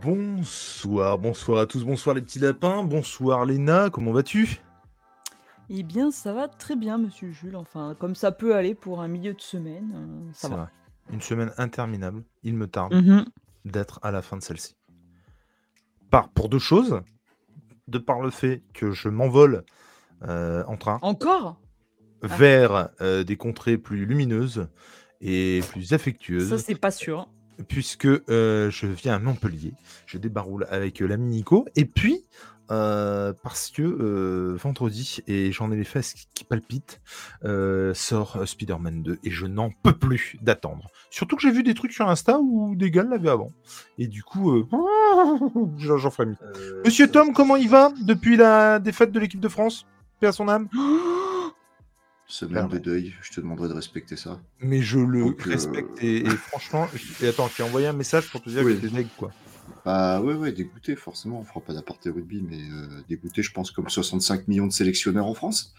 Bonsoir à tous, bonsoir les petits lapins, bonsoir Léna, comment vas-tu? Eh bien, ça va très bien, monsieur Jules. Enfin, comme ça peut aller pour un milieu de semaine, ça C'est va. vrai, une semaine interminable, il me tarde Mhm. d'être à la fin de celle-ci. Pour deux choses, de par le fait que je m'envole en train Encore? Ah, vers des contrées plus lumineuses et plus ça, affectueuses, c'est pas sûr, hein. puisque je viens à Montpellier, je débaroule avec l'ami Nico, et puis parce que vendredi, et j'en ai les fesses qui palpitent, sort Spider-Man 2, et je n'en peux plus d'attendre. Surtout que j'ai vu des trucs sur Insta où des gars l'avaient avant, et du coup, j'en ferai mis. Monsieur Tom, comment il va depuis la défaite de l'équipe de France? Paix à son âme. Semaine de deuil, je te demanderai de respecter ça. Mais je le Donc, respecte, et franchement, et attends, je t'ai envoyé un message pour te dire Oui. que t'es deg, quoi. Bah ouais, dégoûté, forcément. On fera pas d'aparté rugby, mais dégoûté, je pense, comme 65 millions de sélectionneurs en France.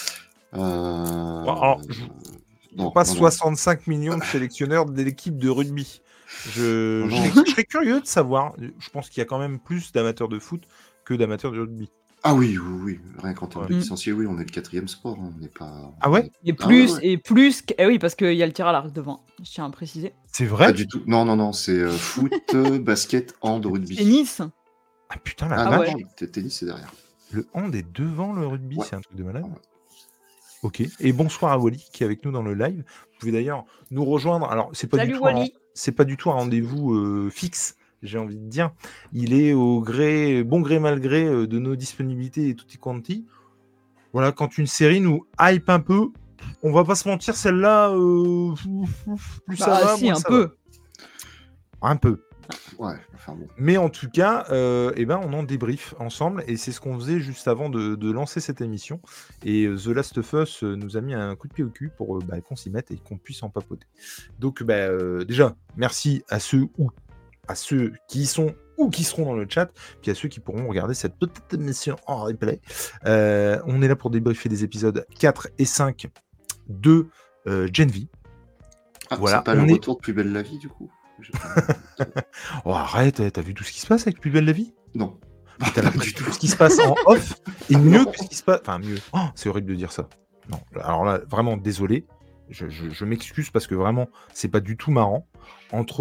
Alors, Non, pas non, non. 65 millions de sélectionneurs de l'équipe de rugby. Je serais curieux de savoir. Je pense qu'il y a quand même plus d'amateurs de foot que d'amateurs de rugby. Ah oui, rien qu'en termes Ouais. de licenciés, oui, on est le 4e sport. On n'est pas. Ah ouais? Et Ah plus, ouais. et plus. Eh oui, parce qu'il y a le tir à l'arc devant. Je tiens à préciser. C'est vrai? Pas du tout. Non, c'est foot, basket, hand, rugby. Tennis. Ah putain, la Ah vache. non, tennis, c'est derrière. Le hand est devant le rugby, Ouais. c'est un truc de malade. Ouais. Ok. Et bonsoir à Wally qui est avec nous dans le live. Vous pouvez d'ailleurs nous rejoindre. Alors, c'est pas Salut, du tout Wally. c'est pas du tout un rendez-vous fixe, j'ai envie de dire. Il est au bon gré mal gré de nos disponibilités et tutti quanti. Voilà, quand une série nous hype un peu, on va pas se mentir, celle-là, plus ça va, si, moins un ça peu. va. Un peu. Ouais, enfin bon. Mais en tout cas, on en débrief ensemble, et c'est ce qu'on faisait juste avant de lancer cette émission. Et The Last of Us nous a mis un coup de pied au cul pour qu'on s'y mette et qu'on puisse en papoter. Donc déjà, merci à ceux qui y sont ou qui seront dans le chat, puis à ceux qui pourront regarder cette petite émission en replay. On est là pour débriefer des épisodes 4 et 5 de Gen V. Ah, Voilà, c'est pas le retour de Plus belle la vie, du coup. Oh, arrête, t'as vu tout ce qui se passe avec Plus belle la vie? Non. Mais t'as l'impression que tout ce qui se passe en off est mieux que ce qui se passe. Enfin, mieux. Oh, c'est horrible de dire ça. Non, alors là, vraiment désolé. Je m'excuse parce que vraiment, c'est pas du tout marrant. Entre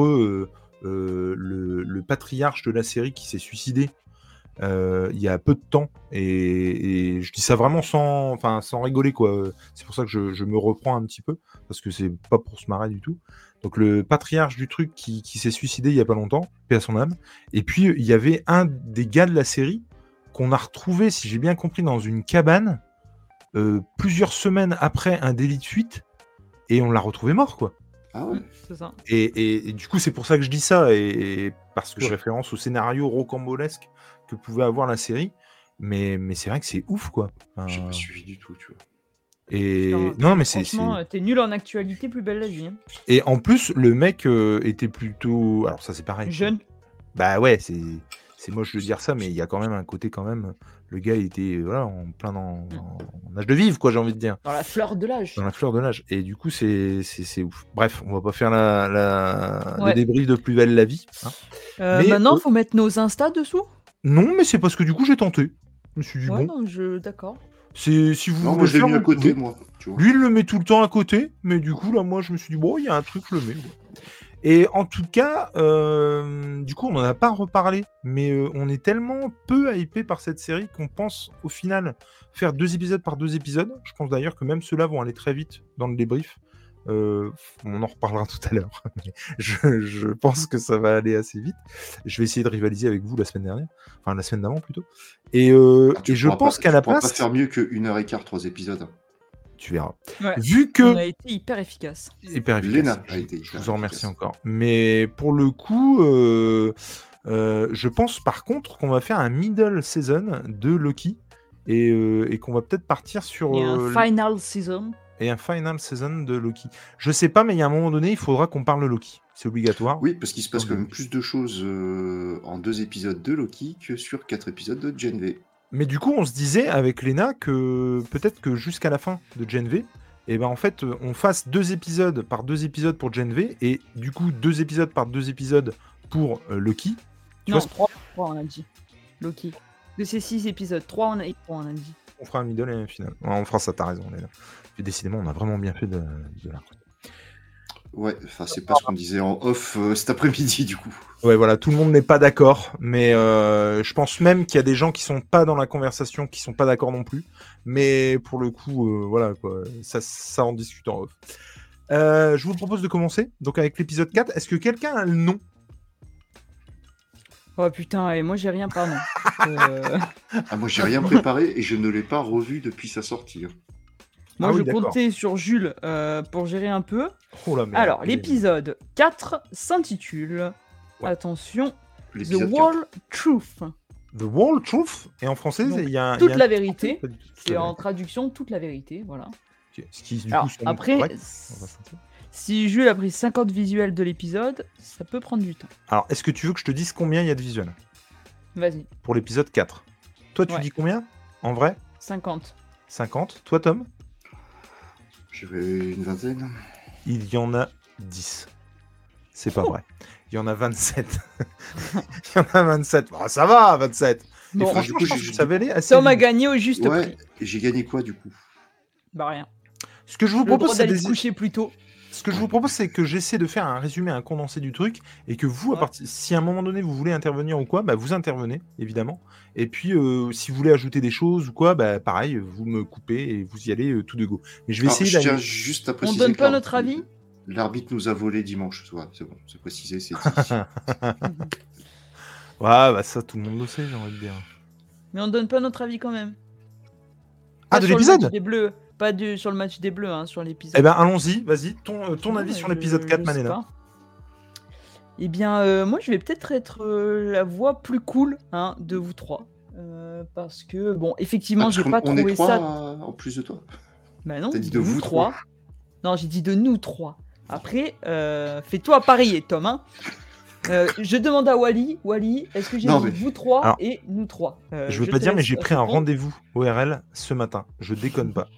le patriarche de la série qui s'est suicidé il y a peu de temps, et je dis ça vraiment sans rigoler, quoi. C'est pour ça que je me reprends un petit peu, parce que c'est pas pour se marrer du tout. Donc le patriarche du truc qui s'est suicidé il y a pas longtemps, paix à son âme. Et puis il y avait un des gars de la série qu'on a retrouvé, si j'ai bien compris, dans une cabane plusieurs semaines après un délit de fuite, et on l'a retrouvé mort, quoi. Ah ouais. C'est ça. Et du coup, c'est pour ça que je dis ça, et parce que je référence au scénario rocambolesque que pouvait avoir la série. Mais c'est vrai que c'est ouf, quoi. J'ai pas suivi du tout, tu vois. Et Putain, non, mais c'est. franchement, t'es nul en actualité, Plus belle la vie, hein. Et en plus, le mec était plutôt. Alors, ça, c'est pareil. Jeune. Bah ouais, c'est moche de dire ça, mais il y a quand même un côté, quand même. Le gars était en plein en âge de vivre, quoi, j'ai envie de dire. Dans la fleur de l'âge. Dans la fleur de l'âge. Et du coup, c'est ouf. Bref, on va pas faire le débrief de Plus belle la vie. Hein. Mais maintenant, faut mettre nos Insta dessous. Non, mais c'est parce que du coup, j'ai tenté. Je me suis dit, bon. D'accord. Si vous non, moi, je l'ai mis à côté, moi. Tu vois. Lui, il le met tout le temps à côté, mais du coup, là, moi, je me suis dit, bon, il y a un truc, je le mets. Et en tout cas, du coup, on n'en a pas reparlé, mais on est tellement peu hypé par cette série qu'on pense, au final, faire 2 épisodes par 2 épisodes. Je pense d'ailleurs que même ceux-là vont aller très vite dans le débrief. On en reparlera tout à l'heure. je pense que ça va aller assez vite. Je vais essayer de rivaliser avec vous la semaine dernière. Enfin, la semaine d'avant, plutôt. Et je pense qu'à la place... Tu pourras pas faire mieux que 1h15, 3 épisodes. Tu verras. Ouais. Vu que... On a été hyper efficace. Léna a été je vous en remercie encore. Mais pour le coup, je pense par contre qu'on va faire un middle season de Loki, et qu'on va peut-être partir sur... Et un final season. Et un final season de Loki. Je sais pas, mais il y a un moment donné, il faudra qu'on parle de Loki. C'est obligatoire. Oui, parce qu'il se passe quand même plus de choses en 2 épisodes de Loki que sur 4 épisodes de Gen V. Mais du coup, on se disait avec Léna que peut-être que jusqu'à la fin de Gen V, en fait, on fasse 2 épisodes par 2 épisodes pour Gen V, et du coup 2 épisodes par 2 épisodes pour Loki. Tu Non, vois, 3 on a dit. Loki. De ces 6 épisodes, 3 on a dit. on fera un middle et un final. Ouais, on fera ça, t'as raison, Léna. Puis décidément, on a vraiment bien fait de la. Ouais, enfin, c'est pas ce qu'on disait en off cet après-midi, du coup. Ouais, voilà, tout le monde n'est pas d'accord, mais je pense même qu'il y a des gens qui sont pas dans la conversation, qui sont pas d'accord non plus. Mais pour le coup, voilà, quoi, ça en discute en off. Je vous propose de commencer, donc avec l'épisode 4. Est-ce que quelqu'un a le nom? Oh putain, et moi j'ai rien, pardon. Ah, moi, j'ai rien préparé et je ne l'ai pas revu depuis sa sortie. Moi Ah oui, je d'accord. comptais sur Jules pour gérer un peu. Oh la merde. Alors, l'épisode 4 s'intitule, Ouais. attention, The L'épisode Wall Truth. The Wall Truth, et en français, Donc, il y a toute il y a la un- vérité. Pas du tout, toute C'est la en vérité. traduction toute la vérité, voilà. Ok. Ce qui, du Alors, coup, semble après, correct. On va sentir. si Jules a pris 50 visuels de l'épisode, ça peut prendre du temps. Alors, est-ce que tu veux que je te dise combien il y a de visuels Vas-y, pour l'épisode 4? Toi, tu Ouais. dis combien en vrai? 50. 50. Toi, Tom? J'avais une vingtaine. Il y en a 10. C'est pas Oh. vrai. Il y en a 27. Il y en a 27. Bah, ça va, 27. Et Bon, franchement, du coup, je pense j'ai- que ça va aller assez Tom a vite. gagné au juste Ouais, prix. et j'ai gagné quoi, du coup? Bah rien. Ce que je vous Le droit propose, c'est d'aller se coucher plus tôt. Ce que je vous propose, c'est que j'essaie de faire un résumé, un condensé du truc, et que vous, Ouais. si à un moment donné vous voulez intervenir ou quoi, bah, vous intervenez, évidemment. Et puis, si vous voulez ajouter des choses ou quoi, bah, pareil, vous me coupez et vous y allez tout de go. Mais je vais Alors, essayer je tiens d'aller. juste à On préciser donne que pas notre avis l'arbitre nous a volé dimanche. Ouais, c'est bon, c'est précisé, c'est dit. Ouais, bah ça, tout le monde le sait, j'ai envie de dire. Mais on donne pas notre avis quand même. Ah, Pas de sur le l'épisode? match des Bleus. Pas sur le match des Bleus, hein, sur l'épisode. Eh ben, allons-y, vas-y, ton avis Ouais, sur l'épisode 4, je sais Malena. pas. Eh bien, moi, je vais peut-être être la voix plus cool de vous trois. Parce que, bon, effectivement, j'ai pas On est trouvé trois ça. en plus de toi. Bah non, T'as dit de de nous vous trois. trois. Non, j'ai dit de nous trois. Après, fais-toi parier, Tom. Hein. Je demande à Wally. Wally, est-ce que j'ai Non, dit mais- vous trois Alors, et nous trois Je veux te pas dire, mais laisse j'ai pris un répondre. rendez-vous ORL ce matin. Je déconne pas.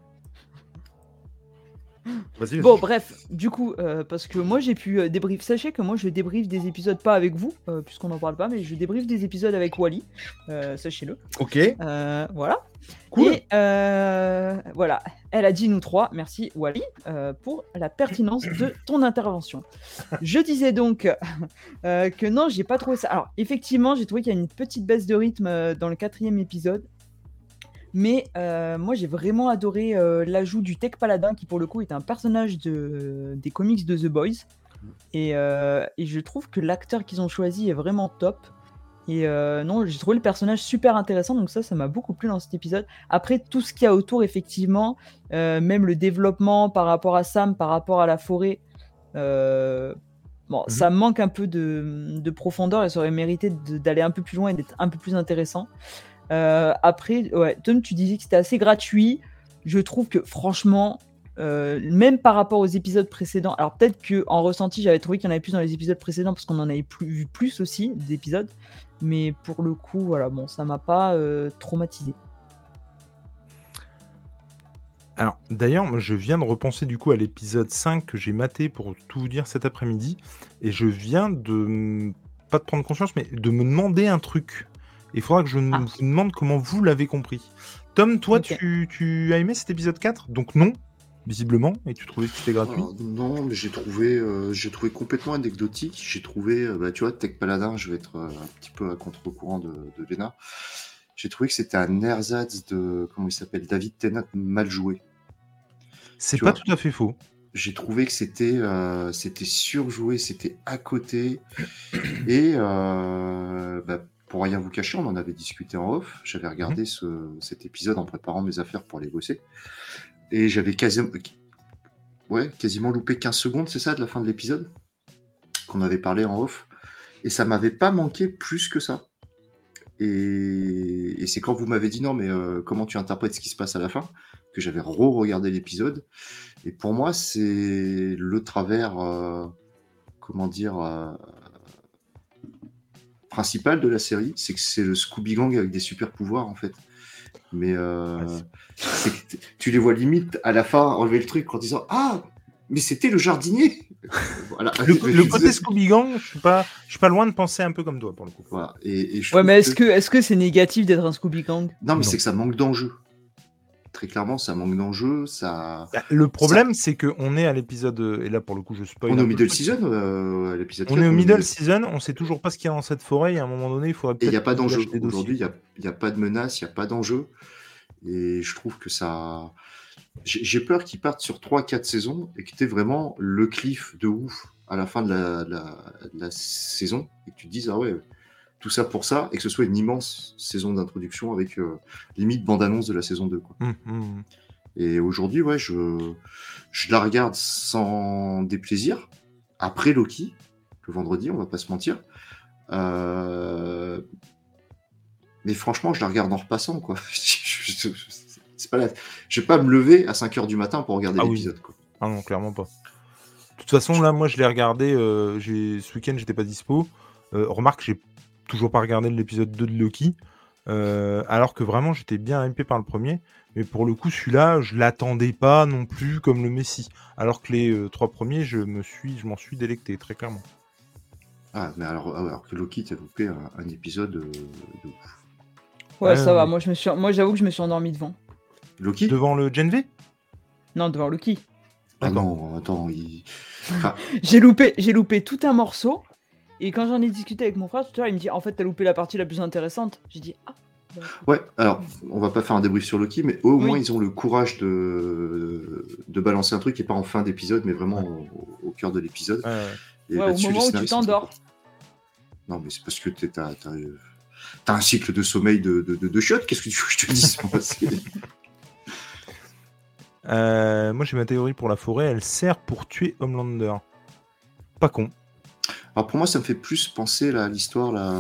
Vas-y, Bon, vas-y. bref, du coup, parce que moi j'ai pu débrief. Sachez que moi je débriefe des épisodes pas avec vous, puisqu'on n'en parle pas, mais je débriefe des épisodes avec Wally. Sachez-le. Ok, Voilà. cool. Et voilà, elle a dit nous trois. Merci Wally pour la pertinence de ton intervention. Je disais donc que non, j'ai pas trouvé ça. Alors effectivement, j'ai trouvé qu'il y a une petite baisse de rythme dans le 4e épisode. Mais moi j'ai vraiment adoré l'ajout du Tech Paladin qui pour le coup est un personnage des comics de The Boys. Et je trouve que l'acteur qu'ils ont choisi est vraiment top. Et non, j'ai trouvé le personnage super intéressant, donc ça m'a beaucoup plu dans cet épisode. Après, tout ce qu'il y a autour, effectivement, même le développement par rapport à Sam, par rapport à la forêt, bon, ça manque un peu de profondeur et ça aurait mérité d'aller un peu plus loin et d'être un peu plus intéressant. Après, ouais, Tom, tu disais que c'était assez gratuit. Je trouve que franchement, même par rapport aux épisodes précédents, alors peut-être qu'en ressenti, j'avais trouvé qu'il y en avait plus dans les épisodes précédents parce qu'on en avait vu plus aussi d'épisodes. Mais pour le coup, voilà, bon, ça m'a pas traumatisé. Alors, d'ailleurs, moi, je viens de repenser du coup à l'épisode 5 que j'ai maté pour tout vous dire cet après-midi. Et je viens de, pas de prendre conscience, mais de me demander un truc. Il faudra que je vous demande comment vous l'avez compris. Tom, toi, Ok. tu as aimé cet épisode 4? Donc non, visiblement, et tu trouvais que c'était gratuit? Alors, non, mais j'ai trouvé complètement anecdotique. J'ai trouvé, tu vois, Tech Paladin, je vais être un petit peu à contre-courant de Léna. J'ai trouvé que c'était un ersatz de, comment il s'appelle, David Tennant mal joué. C'est Tu pas vois. tout à fait faux. J'ai trouvé que c'était surjoué, c'était à côté. Et pour rien vous cacher, on en avait discuté en off. J'avais regardé cet épisode en préparant mes affaires pour aller bosser. Et j'avais quasiment loupé 15 secondes, c'est ça, de la fin de l'épisode qu'on avait parlé en off. Et ça m'avait pas manqué plus que ça. Et c'est quand vous m'avez dit non, mais comment tu interprètes ce qui se passe à la fin, que j'avais re-regardé l'épisode. Et pour moi, c'est le travers, principal de la série, c'est que c'est le Scooby Gang avec des super pouvoirs en fait. Mais c'est que tu les vois limite à la fin enlever le truc en disant ah, mais c'était le jardinier. Voilà. Le côté Scooby Gang, je suis pas loin de penser un peu comme toi pour le coup. Voilà. Et je Ouais, trouve mais est-ce que c'est négatif d'être un Scooby Gang? Non, mais Non. c'est que ça manque d'enjeu. Très clairement, ça manque d'enjeu. Ça... Bah, le problème, c'est qu'on est à l'épisode, et là pour le coup, je spoil. On est un au peu middle le truc. season, à l'épisode 4. On est au middle season, on sait toujours pas ce qu'il y a dans cette forêt, et à un moment donné, il faudrait Et peut-être. il n'y a pas qu'ils d'enjeu. lâchent les dossiers. Aujourd'hui, il n'y a pas de menace, il n'y a pas d'enjeu. Et je trouve que ça. J'ai peur qu'ils partent sur 3-4 saisons et que tu aies vraiment le cliff de ouf à la fin de la saison et que tu te dises, ah ouais, tout ça pour ça, et que ce soit une immense saison d'introduction avec limite bande-annonce de la saison 2. Quoi. Et aujourd'hui, ouais, je la regarde sans déplaisir. Après Loki, le vendredi, on va pas se mentir. Mais franchement, je la regarde en repassant, quoi. C'est pas je vais pas me lever à 5h du matin pour regarder l'épisode, quoi. Ah non, clairement pas. De toute façon, là, moi, je l'ai regardé. Ce week-end, j'étais pas dispo. Remarque, j'ai toujours pas regardé l'épisode 2 de Loki. Alors que vraiment, j'étais bien hypé par le premier. Mais pour le coup, celui-là, je l'attendais pas non plus comme le Messi. Alors que les 3 premiers, je m'en suis délecté, très clairement. Ah, mais alors que Loki t'a loupé un épisode de ouf. Ouais, ça va. Moi, j'avoue que je me suis endormi devant. Loki ? Devant le Gen V ? Non, devant Loki. Ah non, attends, J'ai loupé tout un morceau. Et quand j'en ai discuté avec mon frère tout à l'heure, il me dit en fait, t'as loupé la partie la plus intéressante. J'ai dit ah. Ouais, alors, on va pas faire un débrief sur Loki, mais au moins, ils ont le courage de balancer un truc qui n'est pas en fin d'épisode, mais vraiment au cœur de l'épisode. Et au moment où tu t'endors. Non, mais c'est parce que t'as un cycle de sommeil de chiottes. Qu'est-ce que tu veux que je te dise moi, j'ai ma théorie pour la forêt. Elle sert pour tuer Homelander. Pas con. Alors pour moi, ça me fait plus penser à l'histoire là,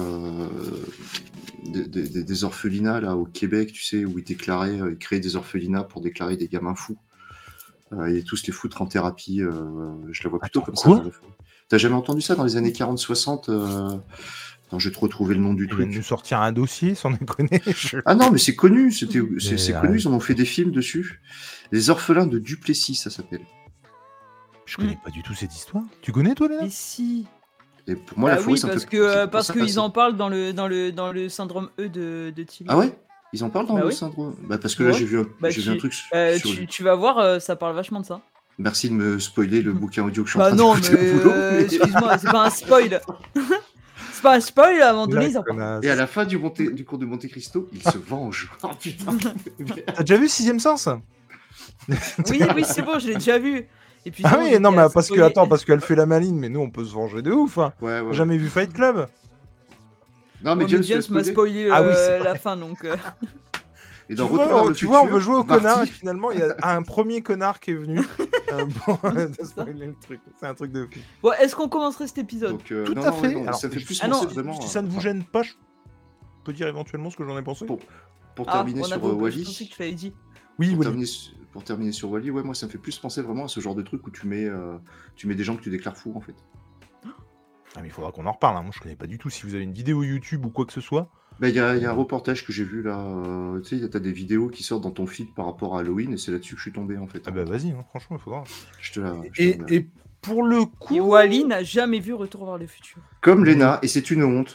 des orphelinats là, au Québec, tu sais, où ils créaient des orphelinats pour déclarer des gamins fous. Et tous les foutre en thérapie. Je la vois plutôt comme ça. T'as jamais entendu ça dans les années 40-60 Attends, je vais te retrouver le nom du truc. Il va nous sortir un dossier, sans déconner. Ah non, mais c'est connu. C'est connu, ils en ont fait des films dessus. Les orphelins de Duplessis, ça s'appelle. Je connais pas du tout cette histoire. Tu connais, toi, Léna ? Mais si. Et pour moi, la forêt, ça parce qu'ils en parlent dans le syndrome E de Tilly. Ah ouais ? Ils en parlent dans le syndrome. Parce que là, j'ai vu un truc sur... Tu vas voir, ça parle vachement de ça. Merci de me spoiler le bouquin audio que je suis en train d'écouter au boulot. Excuse-moi, c'est pas un spoil. C'est pas un spoil, à un moment donné, ils en parlent. Et à la fin du cours de Monte Cristo, ils se vengent. Oh putain. T'as déjà vu Sixième Sens ? Oui, c'est bon, je l'ai déjà vu. Et puis, ah oui, non, mais parce qu'elle fait la maline, mais nous, on peut se venger de ouf. Hein. Ouais. Jamais vu Fight Club ? Non, mais James m'a spoilé la fin, donc... Et tu vois, on veut jouer au connard, et finalement, il y a un premier connard qui est venu de spoiler le truc. C'est un truc de fou. Bon, est-ce qu'on commencerait cet épisode ? Donc, tout à fait. Alors, ça fait plus penser vraiment... Si ça ne vous gêne pas, je peux dire éventuellement ce que j'en ai pensé. Pour terminer sur Wally... Je pensais que tu l'avais dit. Oui, pour terminer sur Wally, moi ça me fait plus penser vraiment à ce genre de truc où tu mets des gens que tu déclares fous en fait. Ah mais il faudra qu'on en reparle, hein. Moi je connais pas du tout. Si vous avez une vidéo YouTube ou quoi que ce soit. Il y a un reportage que j'ai vu là, tu sais, t'as des vidéos qui sortent dans ton feed par rapport à Halloween et c'est là-dessus que je suis tombé en fait. Ah bah vas-y, hein, franchement il faudra. Et pour le coup... Et Wally n'a jamais vu Retour vers le futur. Comme Léna, et c'est une honte.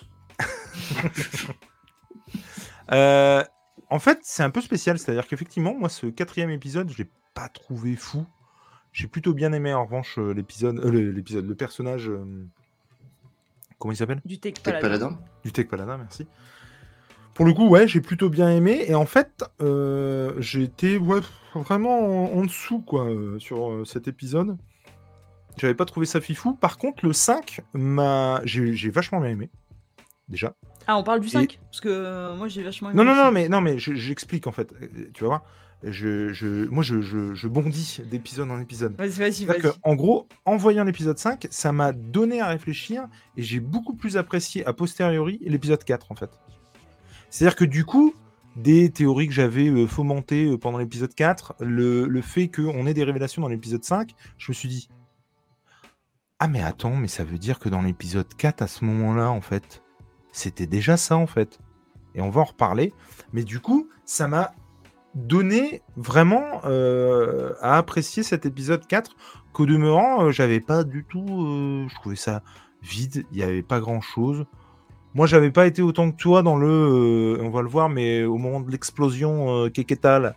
En fait, c'est un peu spécial, c'est-à-dire qu'effectivement, moi, ce 4e épisode, je l'ai pas trouvé fou. J'ai plutôt bien aimé, en revanche, le personnage... comment il s'appelle ? Du Tech Paladin. Du Tech Paladin, merci. Pour le coup, ouais, j'ai plutôt bien aimé. Et en fait, j'ai été vraiment en dessous, quoi, sur cet épisode. J'avais pas trouvé ça fifou. Par contre, le 5, j'ai vachement bien aimé. Déjà. Ah, on parle du 5 parce que moi j'ai vachement aimé. Non, mais j'explique en fait. Tu vas voir. Moi, je bondis d'épisode en épisode. Vas-y. En gros, en voyant l'épisode 5, ça m'a donné à réfléchir et j'ai beaucoup plus apprécié a posteriori l'épisode 4 en fait. C'est-à-dire que du coup, des théories que j'avais fomentées pendant l'épisode 4, le fait qu'on ait des révélations dans l'épisode 5, je me suis dit ah mais attends, mais ça veut dire que dans l'épisode 4 à ce moment-là en fait, c'était déjà ça en fait. Et on va en reparler. Mais du coup, ça m'a donné vraiment à apprécier cet épisode 4 qu'au demeurant, j'avais pas du tout... je trouvais ça vide, il n'y avait pas grand-chose. Moi, j'avais pas été autant que toi dans on va le voir, mais au moment de l'explosion Keketal,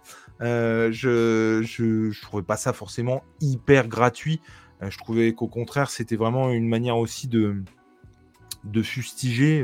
je trouvais pas ça forcément hyper gratuit. Je trouvais qu'au contraire, c'était vraiment une manière aussi de fustiger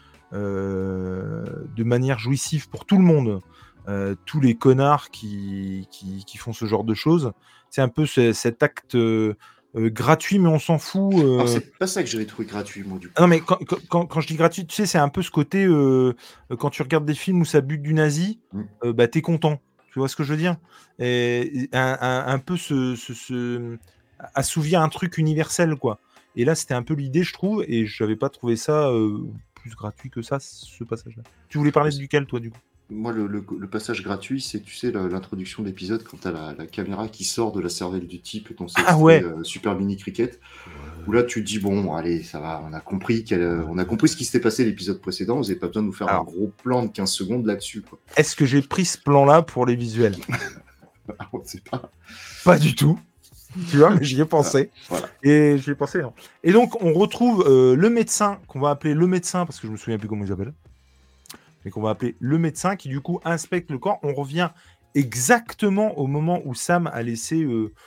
de manière jouissive pour tout le monde. Tous les connards qui font ce genre de choses. C'est un peu cet acte gratuit, mais on s'en fout. Alors, c'est pas ça que j'avais trouvé gratuit, moi, du coup. Ah non, mais quand je dis gratuit, tu sais, c'est un peu ce côté quand tu regardes des films où ça bute du nazi, bah, t'es content. Tu vois ce que je veux dire? Et un peu assouvir un truc universel, quoi. Et là, c'était un peu l'idée, je trouve, et je n'avais pas trouvé ça plus gratuit que ça, ce passage-là. Tu voulais parler duquel, toi, du coup? Moi, le passage gratuit, c'est, tu sais, l'introduction de l'épisode, quand t'as la caméra qui sort de la cervelle du type, et qu'on sait Ah ouais. Super Mini Cricket, où là, tu te dis, bon, allez, ça va, on a compris ce qui s'était passé l'épisode précédent, vous n'avez pas besoin de nous faire un gros plan de 15 secondes là-dessus, quoi. Est-ce que j'ai pris ce plan-là pour les visuels? On ne sait pas. Pas du tout. Tu vois, mais j'y ai pensé. Voilà. Et j'y ai pensé. Non. Et donc, on retrouve le médecin, qu'on va appeler le médecin, parce que je me souviens plus comment il s'appelle, mais qu'on va appeler le médecin, qui du coup inspecte le corps. On revient exactement au moment où Sam a laissé,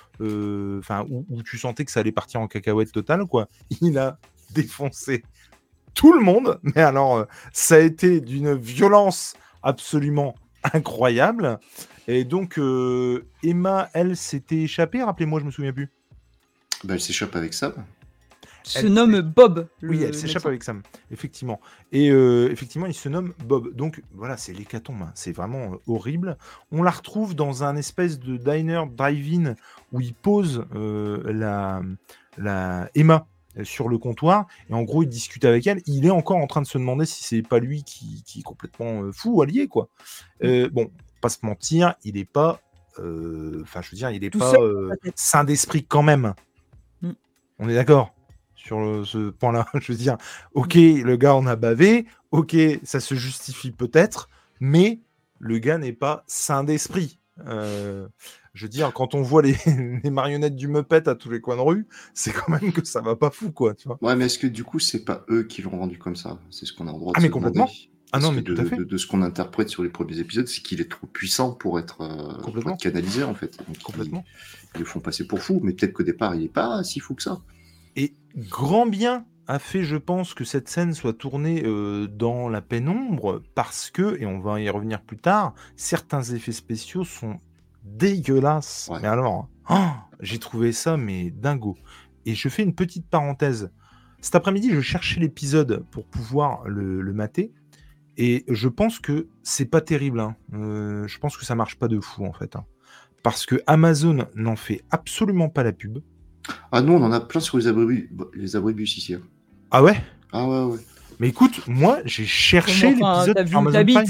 où tu sentais que ça allait partir en cacahuète totale, quoi. Il a défoncé tout le monde, mais alors, ça a été d'une violence absolument incroyable. Et donc, Emma, elle, s'était échappée, rappelez-moi, je me souviens plus. Elle s'échappe avec Sam. Se nomme Bob. Oui, elle s'échappe avec Sam, effectivement. Et effectivement, il se nomme Bob. Donc voilà, c'est l'hécatombe, hein. C'est vraiment horrible. On la retrouve dans un espèce de diner drive-in où il pose la Emma sur le comptoir, et en gros, il discute avec elle. Il est encore en train de se demander si c'est pas lui qui est complètement fou, allié, quoi. Bon, pas se mentir, il est pas... Enfin, je veux dire, il est pas sain d'esprit quand même. On est d'accord sur ce point-là. Je veux dire, ok, le gars en a bavé, ok, ça se justifie peut-être, mais le gars n'est pas sain d'esprit. Je veux dire, quand on voit les marionnettes du Muppet à tous les coins de rue, c'est quand même que ça va pas fou, quoi, tu vois. Ouais, mais est-ce que du coup, c'est pas eux qui l'ont rendu comme ça? C'est ce qu'on a le droit de se demander. Complètement. Ah non, mais tout à fait. De ce qu'on interprète sur les premiers épisodes, c'est qu'il est trop puissant pour être canalisé, en fait. Donc, complètement. Ils le font passer pour fou, mais peut-être qu'au départ, il n'est pas si fou que ça. Et grand bien a fait, je pense, que cette scène soit tournée dans la pénombre, parce que, et on va y revenir plus tard, certains effets spéciaux sont dégueulasses. Ouais. Mais alors, j'ai trouvé ça, mais dingo. Et je fais une petite parenthèse. Cet après-midi, je cherchais l'épisode pour pouvoir le mater, et je pense que c'est pas terrible. Hein. Je pense que ça marche pas de fou, en fait. Hein. Parce que Amazon n'en fait absolument pas la pub. Ah non, on en a plein sur les abribus ici. Hein. Ah ouais? Ah ouais. Mais écoute, moi, j'ai cherché l'épisode sur Amazon Prime.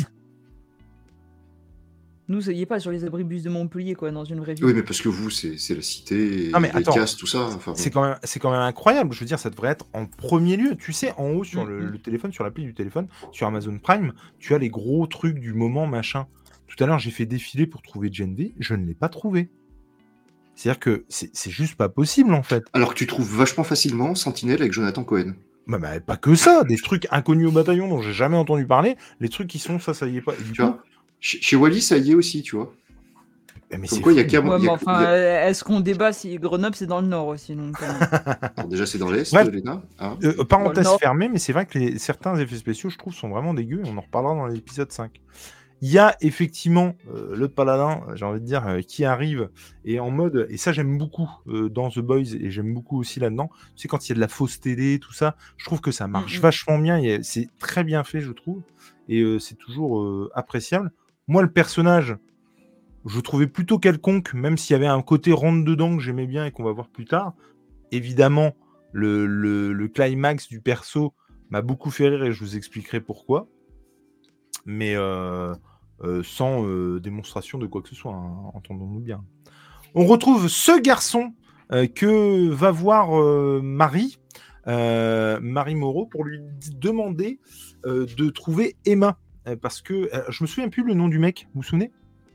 Nous, ça y est pas sur les abribus de Montpellier, quoi, dans une vraie vie. Oui, mais parce que vous, c'est la cité, les casses, tout ça. Enfin, c'est quand même incroyable. Je veux dire, ça devrait être en premier lieu. Tu sais, en haut, sur le téléphone, sur l'appli du téléphone, sur Amazon Prime, tu as les gros trucs du moment, machin. Tout à l'heure, j'ai fait défiler pour trouver Gen V. Je ne l'ai pas trouvé. C'est-à-dire que c'est juste pas possible, en fait. Alors que tu trouves vachement facilement Sentinelle avec Jonathan Cohen. Bah, pas que ça. Des trucs inconnus au bataillon dont j'ai jamais entendu parler. Les trucs qui sont ça y est pas. Et du coup, chez Wally, ça y est aussi, tu vois. Mais comme quoi, il y a qu'à... Est-ce qu'on débat si Grenoble, c'est dans le Nord aussi donc, Alors, déjà, c'est dans l'Est, ouais. Léna. Hein parenthèse fermée, mais c'est vrai que certains effets spéciaux, je trouve, sont vraiment dégueux. Et on en reparlera dans l'épisode 5. Il y a effectivement le paladin, j'ai envie de dire, qui arrive et en mode, et ça j'aime beaucoup dans The Boys, et j'aime beaucoup aussi là-dedans, tu sais, quand il y a de la fausse télé, tout ça, je trouve que ça marche vachement bien, et c'est très bien fait, je trouve, et c'est toujours appréciable. Moi, le personnage, je trouvais plutôt quelconque, même s'il y avait un côté rentre-dedans que j'aimais bien et qu'on va voir plus tard. Évidemment, le climax du perso m'a beaucoup fait rire, et je vous expliquerai pourquoi. Mais sans démonstration de quoi que ce soit, hein, entendons-nous bien. On retrouve ce garçon que va voir Marie Moreau, pour lui demander de trouver Emma. Parce que je me souviens plus le nom du mec, vous vous souvenez?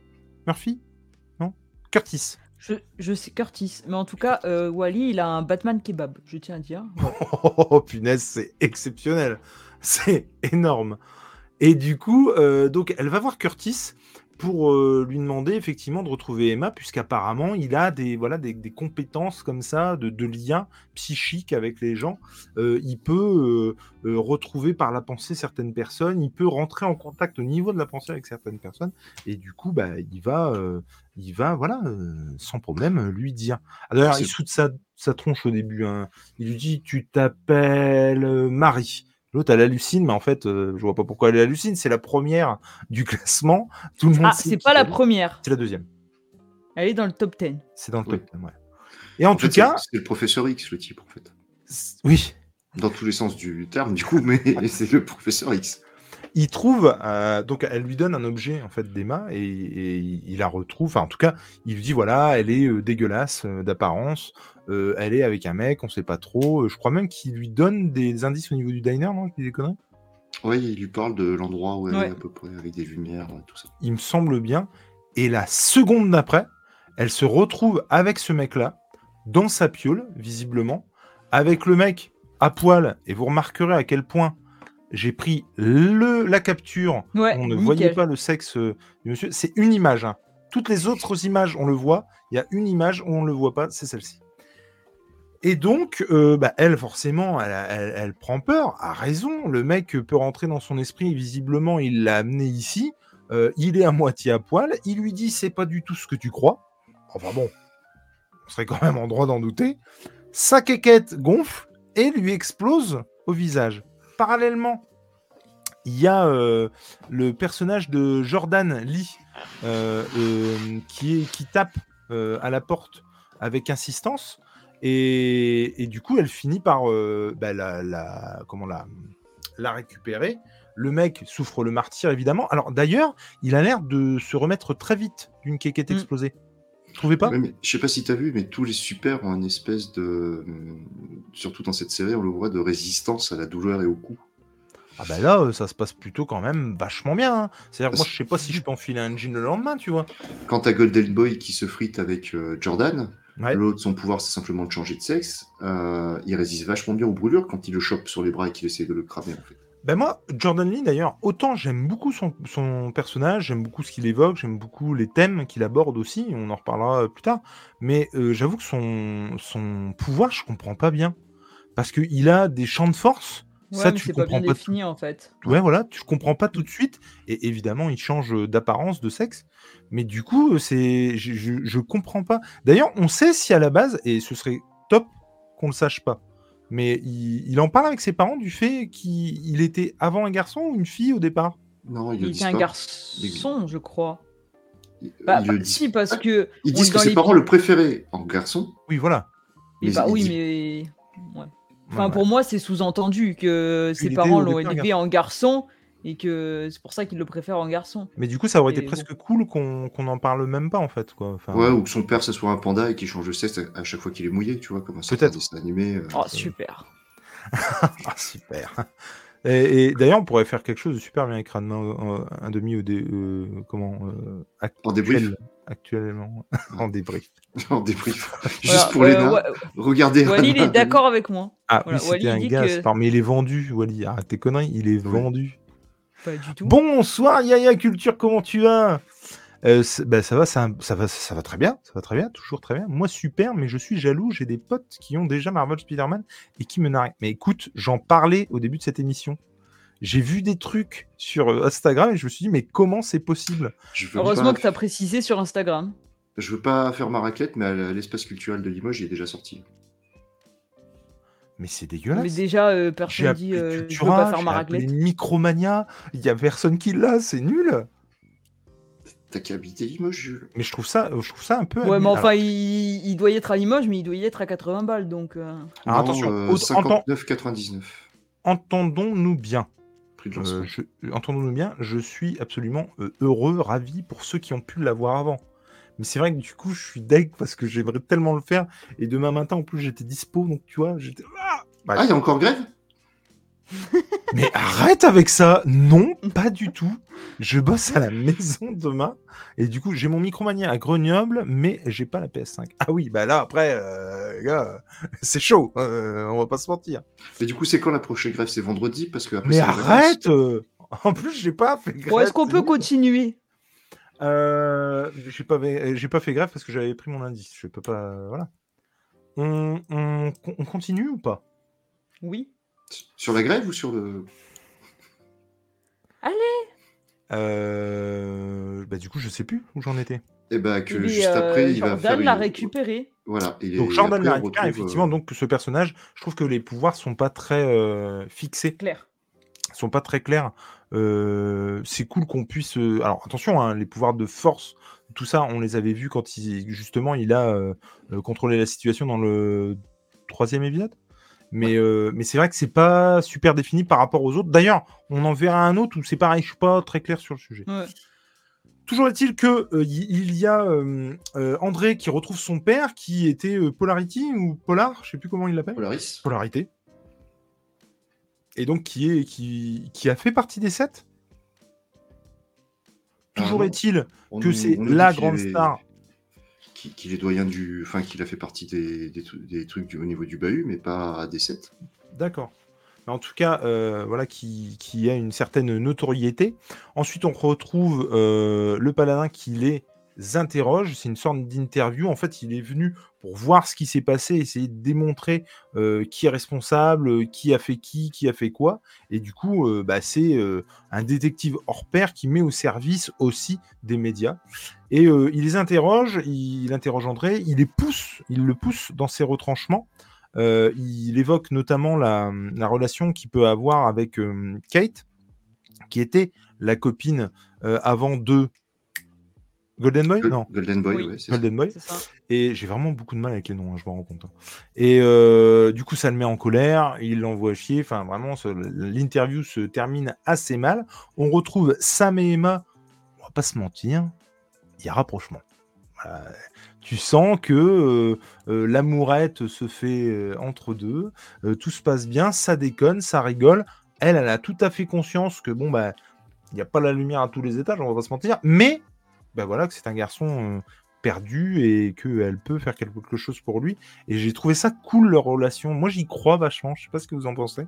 Murphy? Non? Curtis. Je sais Curtis, mais en tout cas, Wally, il a un Batman kebab, je tiens à dire. Ouais. Oh, punaise, c'est exceptionnel. C'est énorme. Et du coup, donc, elle va voir Curtis pour lui demander effectivement de retrouver Emma, puisqu'apparemment, il a des compétences comme ça, de lien psychique avec les gens. Il peut retrouver par la pensée certaines personnes, il peut rentrer en contact au niveau de la pensée avec certaines personnes, et du coup, bah, il va voilà, sans problème, lui dire. D'ailleurs, il soude sa tronche au début. Hein. Il lui dit, tu t'appelles Marie. L'autre, elle hallucine, mais en fait, je vois pas pourquoi elle hallucine. C'est la première du classement. Tout le monde sait c'est qui pas la elle est. première. C'est la deuxième. Elle est dans le top 10. C'est dans le Oui. top 10, ouais. Et en tout cas... c'est le professeur X, le type, en fait. Oui. Dans tous les sens du terme, du coup, mais c'est le professeur X. Il trouve... donc, elle lui donne un objet, en fait, d'Emma, et il la retrouve. Enfin, en tout cas, il lui dit, voilà, elle est dégueulasse d'apparence. Elle est avec un mec, on sait pas trop. Je crois même qu'il lui donne des indices au niveau du diner, non? Je dis des conneries? Oui, il lui parle de l'endroit où elle Ouais. est à peu près, avec des lumières, tout ça. Il me semble bien. Et la seconde d'après, elle se retrouve avec ce mec-là, dans sa piole, visiblement, avec le mec à poil. Et vous remarquerez à quel point j'ai pris la capture. Ouais, On ne nickel. voyait pas le sexe du monsieur. C'est une image. Hein. Toutes les autres images, on le voit. Il y a une image où on ne le voit pas, c'est celle-ci. Et donc, elle, forcément, elle prend peur, a raison. Le mec peut rentrer dans son esprit, visiblement, il l'a amené ici. Il est à moitié à poil. Il lui dit, c'est pas du tout ce que tu crois. Enfin bon, on serait quand même en droit d'en douter. Sa quéquette gonfle et lui explose au visage. Parallèlement, il y a le personnage de Jordan Lee qui tape à la porte avec insistance. Et du coup, elle finit par la récupérer. Le mec souffre le martyre, évidemment. Alors, d'ailleurs, il a l'air de se remettre très vite d'une quéquette explosée. Vous trouvez pas? Ouais, mais je sais pas si tu as vu, mais tous les super ont une espèce de... Surtout dans cette série, on le voit, de résistance à la douleur et au coup. Ah bah là, ça se passe plutôt quand même vachement bien. Hein. C'est-à-dire que moi, je sais pas si je peux enfiler un jean le lendemain, tu vois. Quand t'as Golden Boy qui se frite avec Jordan, Ouais. l'autre, son pouvoir, c'est simplement de changer de sexe. Il résiste vachement bien aux brûlures quand il le chope sur les bras et qu'il essaie de le cramer, en fait. Ben moi, Jordan Lee, d'ailleurs, autant j'aime beaucoup son personnage, j'aime beaucoup ce qu'il évoque, j'aime beaucoup les thèmes qu'il aborde aussi, on en reparlera plus tard, mais j'avoue que son pouvoir, je comprends pas bien. Parce qu'il a des champs de force, Ouais, ça mais tu c'est pas bien comprends pas défini, en fait. Ouais, voilà, tu comprends pas tout de suite, et évidemment, il change d'apparence, de sexe, mais du coup, je comprends pas. D'ailleurs, on sait si à la base, et ce serait top qu'on le sache pas, mais il en parle avec ses parents du fait qu'il était avant un garçon ou une fille au départ? Non, Il était un garçon, je crois. Si, parce que... Ils disent que ses parents le préféraient en garçon. Oui, voilà. Mais Ouais. Enfin, pour moi, c'est sous-entendu que ses parents l'ont élevé en garçon et que c'est pour ça qu'il le préfère en garçon. Mais du coup, ça aurait été presque cool qu'on n'en parle même pas, en fait, quoi. Enfin... Ouais, ou que son père, ça soit un panda et qu'il change de sexe à chaque fois qu'il est mouillé, tu vois, comme un certain dessin animé. Oh, super. Ah, super. Et d'ailleurs, on pourrait faire quelque chose de super bien avec Ranma, un demi en débrief. Actuellement, en débrief. En débrief. Juste pour les nains. Regardez. Wally, il est d'accord avec moi. Ah oui, c'était un gars. Mais il est vendu, Wally. Arrête tes conneries, il est vendu. Pas du tout. Bonsoir, Yaya Culture, comment tu vas? Ça va très bien, toujours très bien. Moi, super, mais je suis jaloux. J'ai des potes qui ont déjà Marvel Spider-Man et qui me narguent. Mais écoute, j'en parlais au début de cette émission. J'ai vu des trucs sur Instagram et je me suis dit, mais comment c'est possible? Heureusement que tu as précisé sur Instagram. Je veux pas faire ma raclette, mais à l'espace culturel de Limoges, il est déjà sorti. Mais c'est dégueulasse. Mais déjà, personne dit je veux pas faire ma raclette. Micromania, il y a personne qui l'a, c'est nul. T'as qu'à habiter Limoges, Jules. Mais je trouve ça un peu... Ouais, mais enfin, il doit y être à Limoges, mais il doit y être à 80 balles, donc... Alors attention, 59,99. Entendons-nous bien. Entendons-nous bien, je suis absolument heureux, ravi pour ceux qui ont pu l'avoir avant. Mais c'est vrai que du coup, je suis deg parce que j'aimerais tellement le faire. Et demain matin, en plus, j'étais dispo, donc tu vois, j'étais... il y a encore grève? Mais arrête avec ça! Non, pas du tout. Je bosse à la maison demain et du coup, j'ai mon Micromania à Grenoble, mais j'ai pas la PS5. Ah oui, bah là, après, les gars, c'est chaud, on va pas se mentir. Mais du coup, c'est quand la prochaine grève? C'est vendredi? Parce que après, Mais c'est les vacances. arrête! En plus, j'ai pas fait grève. Bon, est-ce qu'on c'est peut nul. continuer? J'ai pas fait grève parce que j'avais pris mon indice. Je peux pas. Voilà. On continue ou pas? Oui. Sur la grève ou sur le... Bah, du coup, je sais plus où j'en étais. Eh ben, que Eh bien, juste après, il va Jordan faire l'a une... récupéré. Voilà. Donc Et Jordan après, la on récupère, retrouve, effectivement. Donc ce personnage, je trouve que les pouvoirs sont pas très fixés, Claire. sont pas très clairs. C'est cool qu'on puisse. Alors attention, hein, les pouvoirs de force, tout ça, on les avait vus quand justement il a contrôlé la situation dans le 3e épisode. Mais c'est vrai que c'est pas super défini par rapport aux autres. D'ailleurs, on en verra un autre où c'est pareil, je suis pas très clair sur le sujet. Ouais. Toujours est-il que il y a André qui retrouve son père qui était Polarity ou Polar, je sais plus comment il l'appelle. Polaris. Polarité. Et donc qui a fait partie des 7. Toujours non. est-il On que nous- c'est on nous la dit qu'il grande est- star. qu'il est doyen du... Enfin, qu'il a fait partie des trucs au niveau du bahut, mais pas des 7. D'accord. Mais en tout cas, voilà, qui a une certaine notoriété. Ensuite, on retrouve le paladin qui les interroge. C'est une sorte d'interview. En fait, il est venu pour voir ce qui s'est passé, essayer de démontrer qui est responsable, qui a fait qui a fait quoi. Et du coup, c'est un détective hors pair qui met au service aussi des médias. Et il les interroge, il interroge André, il le pousse dans ses retranchements. Il évoque notamment la relation qu'il peut avoir avec Kate, qui était la copine avant de Golden Boy? Non, Golden Boy, Oui. ouais, c'est ça. Golden Boy. C'est ça. Et j'ai vraiment beaucoup de mal avec les noms, hein, je m'en rends compte. Et du coup, ça le met en colère, il l'envoie chier. Enfin, vraiment, l'interview se termine assez mal. On retrouve Sam et Emma, on va pas se mentir, il y a rapprochement. Tu sens que l'amourette se fait entre deux, tout se passe bien, ça déconne, ça rigole. Elle a tout à fait conscience que bon, bah, il n'y a pas la lumière à tous les étages, on va pas se mentir, mais bah, voilà, que c'est un garçon perdu et qu'elle peut faire quelque chose pour lui. Et j'ai trouvé ça cool, leur relation. Moi, j'y crois vachement. Je sais pas ce que vous en pensez.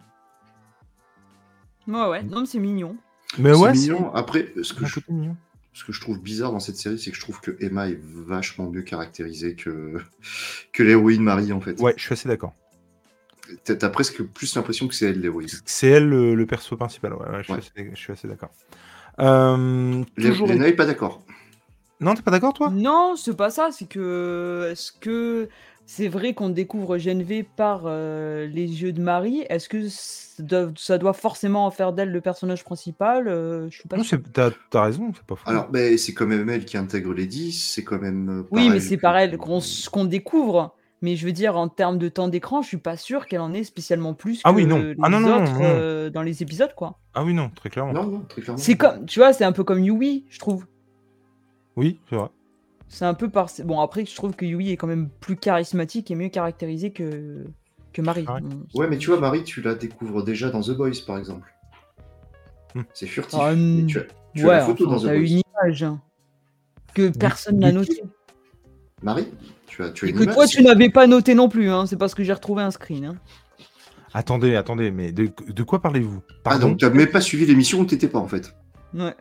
Ouais. Non, mais c'est mignon. Mais C'est ouais, mignon. Après, c'est un côté mignon. ce que je trouve bizarre dans cette série, c'est que je trouve que Emma est vachement mieux caractérisée que l'héroïne Marie, en fait. Ouais, je suis assez d'accord. T'as presque plus l'impression que c'est elle, l'héroïne. C'est elle le perso principal. Ouais, je suis assez d'accord. Toujours. Léna est pas d'accord. Non, t'es pas d'accord, toi? Non, c'est pas ça. C'est que. Est-ce que c'est vrai qu'on découvre Geneviève par les yeux de Marie? Est-ce que ça doit forcément en faire d'elle le personnage principal? Je suis pas Non, sûre. t'as raison, c'est pas faux. Alors, ben, c'est quand même elle qui intègre les 10, c'est quand même. Oui, mais c'est que- par elle qu'on découvre. Mais je veux dire, en termes de temps d'écran, je suis pas sûre qu'elle en ait spécialement plus Ah que oui, non. les Ah non, non, autres non. dans les épisodes, quoi. Ah oui, non, très clairement. Non, très clairement. C'est comme, tu vois, c'est un peu comme Yui, je trouve. Oui, c'est vrai. C'est un peu par. Bon, après, je trouve que Yui est quand même plus charismatique et mieux caractérisé que Marie. Ouais. Ouais, mais tu vois, Marie, tu la découvres déjà dans The Boys, par exemple. C'est furtif. Ah, mais tu as ouais, la photo enfin, dans The t'as Boys. une image que personne n'a de notée. Marie, tu as Et une que image. toi, tu n'avais pas noté non plus, hein. C'est parce que j'ai retrouvé un screen. Hein. Attendez, mais de quoi parlez-vous? Ah, Pardon. donc t'as même pas suivi l'émission où t'étais pas, en fait. Ouais.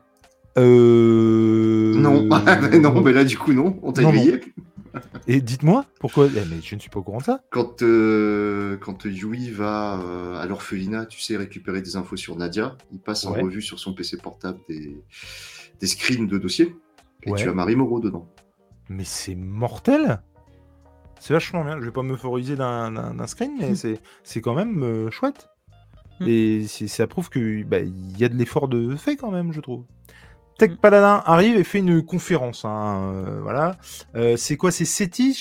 Non, non, mais là, du coup, non, on t'a Non, éveillé. Et dites-moi, pourquoi? Mais je ne suis pas au courant de ça. Quand Yui va à l'orphelinat, tu sais, récupérer des infos sur Nadia, il passe en Ouais. revue sur son PC portable des screens de dossiers, et Ouais. tu as Marie Moreau dedans. Mais c'est mortel! C'est vachement bien. Je vais pas m'euphoriser d'un screen, mais c'est quand même chouette. Et ça prouve que il y a de l'effort de fait quand même, je trouve. Tech Paladin arrive et fait une conférence. Voilà. C'est quoi? C'est Shetty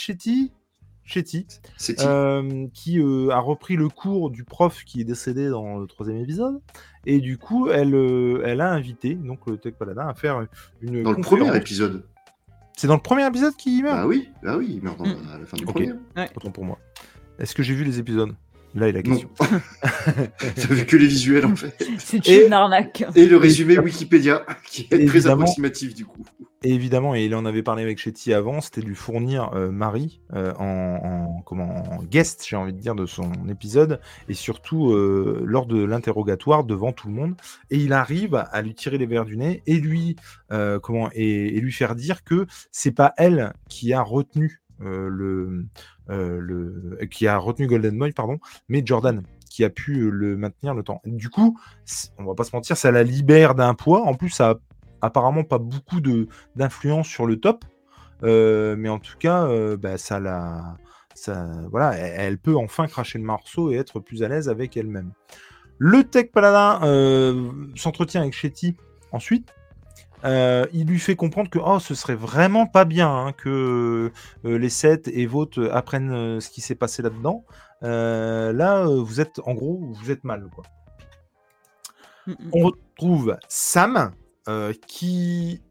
C'est qui a repris le cours du prof qui est décédé dans le 3e épisode. Et du coup, elle a invité donc le Tech Paladin à faire une dans le conférence. premier épisode. C'est dans le premier épisode qu'il meurt? Bah oui, il meurt à la fin du Ok. premier. Autant pour moi. Est-ce que j'ai vu les épisodes? Là est la Non. question. T'as vu que les visuels en fait. C'est Et- une arnaque. Et le résumé Wikipédia, qui est très Évidemment. approximatif du coup. Et évidemment, et il en avait parlé avec Chetty avant, c'était de lui fournir Marie en guest, j'ai envie de dire, de son épisode, et surtout lors de l'interrogatoire devant tout le monde. Et il arrive à lui tirer les verres du nez et lui et lui faire dire que c'est pas elle qui a retenu qui a retenu Golden Boy, pardon, mais Jordan qui a pu le maintenir le temps. Du coup, on va pas se mentir, ça la libère d'un poids. En plus, ça a apparemment pas beaucoup d'influence sur le top, mais en tout cas, voilà, elle peut enfin cracher le morceau et être plus à l'aise avec elle-même. Le Tech Paladin s'entretient avec Chetty ensuite. Il lui fait comprendre que ce serait vraiment pas bien que les Seth et Vought apprennent ce qui s'est passé là-dedans. Là, vous êtes mal, quoi. On retrouve Sam qui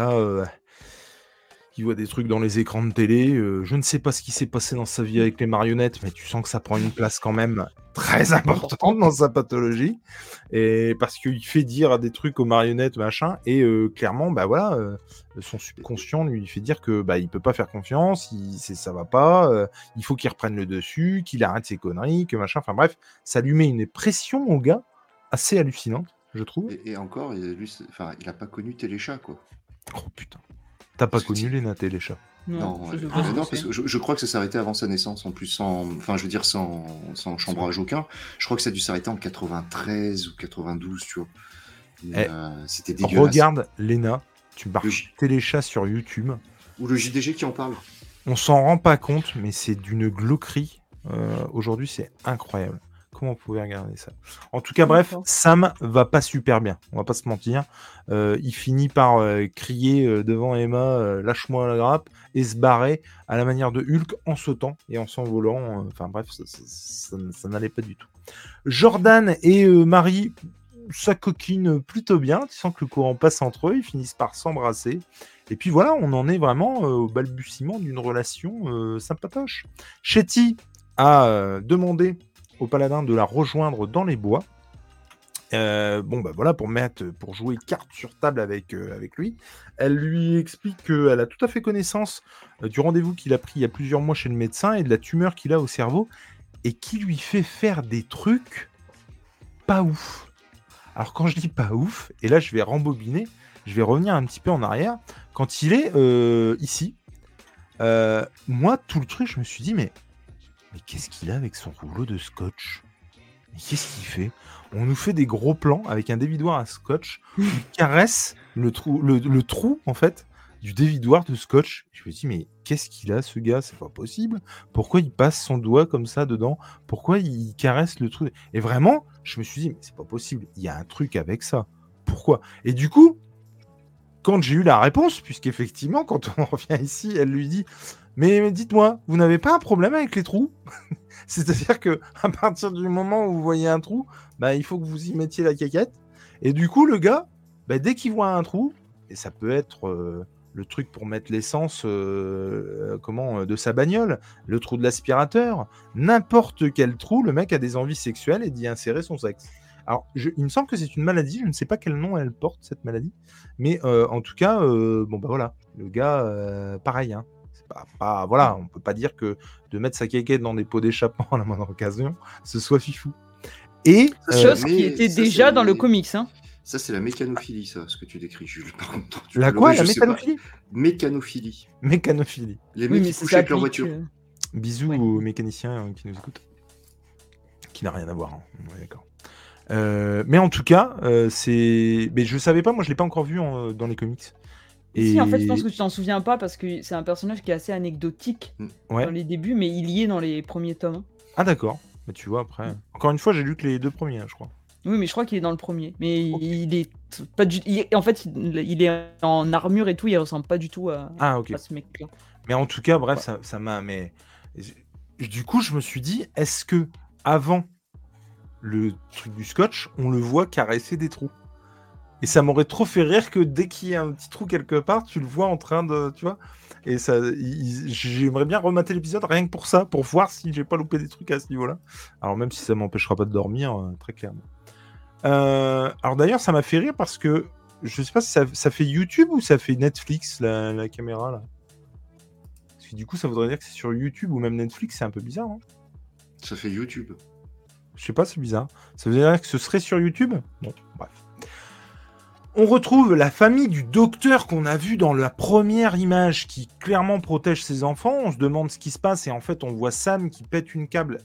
voit des trucs dans les écrans de télé. Je ne sais pas ce qui s'est passé dans sa vie avec les marionnettes, mais tu sens que ça prend une place quand même très importante dans sa pathologie. Et parce qu'il fait dire des trucs aux marionnettes, machin, et clairement, son subconscient lui fait dire que il peut pas faire confiance, ça va pas, il faut qu'il reprenne le dessus, qu'il arrête ses conneries, que machin. Enfin bref, ça lui met une pression au gars assez hallucinante, je trouve. Et encore, lui, il a pas connu Téléchat, quoi. Oh putain. T'as pas Parce que connu Léna Téléchat? Non, je sais ouais. pas ce que Non, c'est. parce que je crois que ça s'arrêtait avant sa naissance, en plus, sans chambrage aucun. Je crois que ça a dû s'arrêter en 93 ou 92, tu vois. C'était dégueulasse. Regarde, Léna, tu marques Téléchat sur YouTube. Ou le JDG qui en parle. On s'en rend pas compte, mais c'est d'une glauquerie. Aujourd'hui, c'est incroyable. Comment vous pouvez regarder ça? En tout cas, bref, Sam va pas super bien. On va pas se mentir. Il finit par crier devant Emma, lâche-moi la grappe, et se barrer à la manière de Hulk en sautant et en s'envolant. Enfin bref, ça n'allait pas du tout. Jordan et Marie, ça coquine plutôt bien. Tu sens que le courant passe entre eux. Ils finissent par s'embrasser. Et puis voilà, on en est vraiment au balbutiement d'une relation sympatoche. Chetty a demandé au paladin de la rejoindre dans les bois. Voilà, pour jouer carte sur table avec lui. Elle lui explique qu'elle a tout à fait connaissance du rendez-vous qu'il a pris il y a plusieurs mois chez le médecin et de la tumeur qu'il a au cerveau et qui lui fait faire des trucs pas ouf. Alors quand je dis pas ouf, et là je vais rembobiner, je vais revenir un petit peu en arrière, quand il est ici, moi tout le truc je me suis dit mais qu'est-ce qu'il a avec son rouleau de scotch? Mais qu'est-ce qu'il fait? On nous fait des gros plans avec un dévidoir à scotch. Il caresse le trou en fait du dévidoir de scotch. Je me dis mais qu'est-ce qu'il a ce gars? C'est pas possible. Pourquoi il passe son doigt comme ça dedans? Pourquoi il caresse le truc? Et vraiment, je me suis dit mais c'est pas possible. Il y a un truc avec ça. Pourquoi? Et du coup, quand j'ai eu la réponse, puisqu'effectivement, quand on revient ici, elle lui dit mais dites-moi, vous n'avez pas un problème avec les trous? C'est-à-dire que à partir du moment où vous voyez un trou, il faut que vous y mettiez la caquette. Et du coup, le gars, dès qu'il voit un trou, et ça peut être le truc pour mettre l'essence de sa bagnole, le trou de l'aspirateur, n'importe quel trou, le mec a des envies sexuelles et d'y insérer son sexe. Alors, il me semble que c'est une maladie, je ne sais pas quel nom elle porte, cette maladie, mais en tout cas, voilà, le gars, pareil, hein. Voilà, on peut pas dire que de mettre sa caquette dans des pots d'échappement à la moindre occasion, ce soit fifou. Et chose qui était déjà dans le comics, hein. Ça, c'est la mécanophilie, ça, ce que tu décris, Jules. Par contre, la quoi? La mécanophilie? Mécanophilie. Mécanophilie. Les mecs qui couchent avec leur voiture. Bisous aux mécaniciens qui nous écoutent. Qui n'a rien à voir, hein. Ouais, d'accord. Mais en tout cas, mais je savais pas, moi je l'ai pas encore vu dans les comics. Et... Si, en fait, je pense que tu t'en souviens pas parce que c'est un personnage qui est assez anecdotique dans les débuts, mais il y est dans les premiers tomes. Ah d'accord, tu vois après. Encore une fois, j'ai lu que les 2 premiers, je crois. Oui, mais je crois qu'il est dans le premier. Mais il est pas du. En fait, il est en armure et tout, il ressemble pas du tout à ce mec-là. Mais en tout cas, bref, ça m'a. Mais du coup, je me suis dit, est-ce que avant le truc du scotch, on le voit caresser des trous? Et ça m'aurait trop fait rire que dès qu'il y a un petit trou quelque part, tu le vois en train de, tu vois. Et ça, j'aimerais bien remater l'épisode rien que pour ça, pour voir si j'ai pas loupé des trucs à ce niveau-là. Alors même si ça m'empêchera pas de dormir, très clairement. Alors d'ailleurs, ça m'a fait rire parce que je sais pas si ça fait YouTube ou ça fait Netflix la caméra là. Parce que du coup, ça voudrait dire que c'est sur YouTube ou même Netflix, c'est un peu bizarre, hein. Ça fait YouTube. Je sais pas, c'est bizarre. Ça veut dire que ce serait sur YouTube? Bon, bref. On retrouve la famille du docteur qu'on a vu dans la première image qui clairement protège ses enfants. On se demande ce qui se passe et en fait on voit Sam qui pète une câble,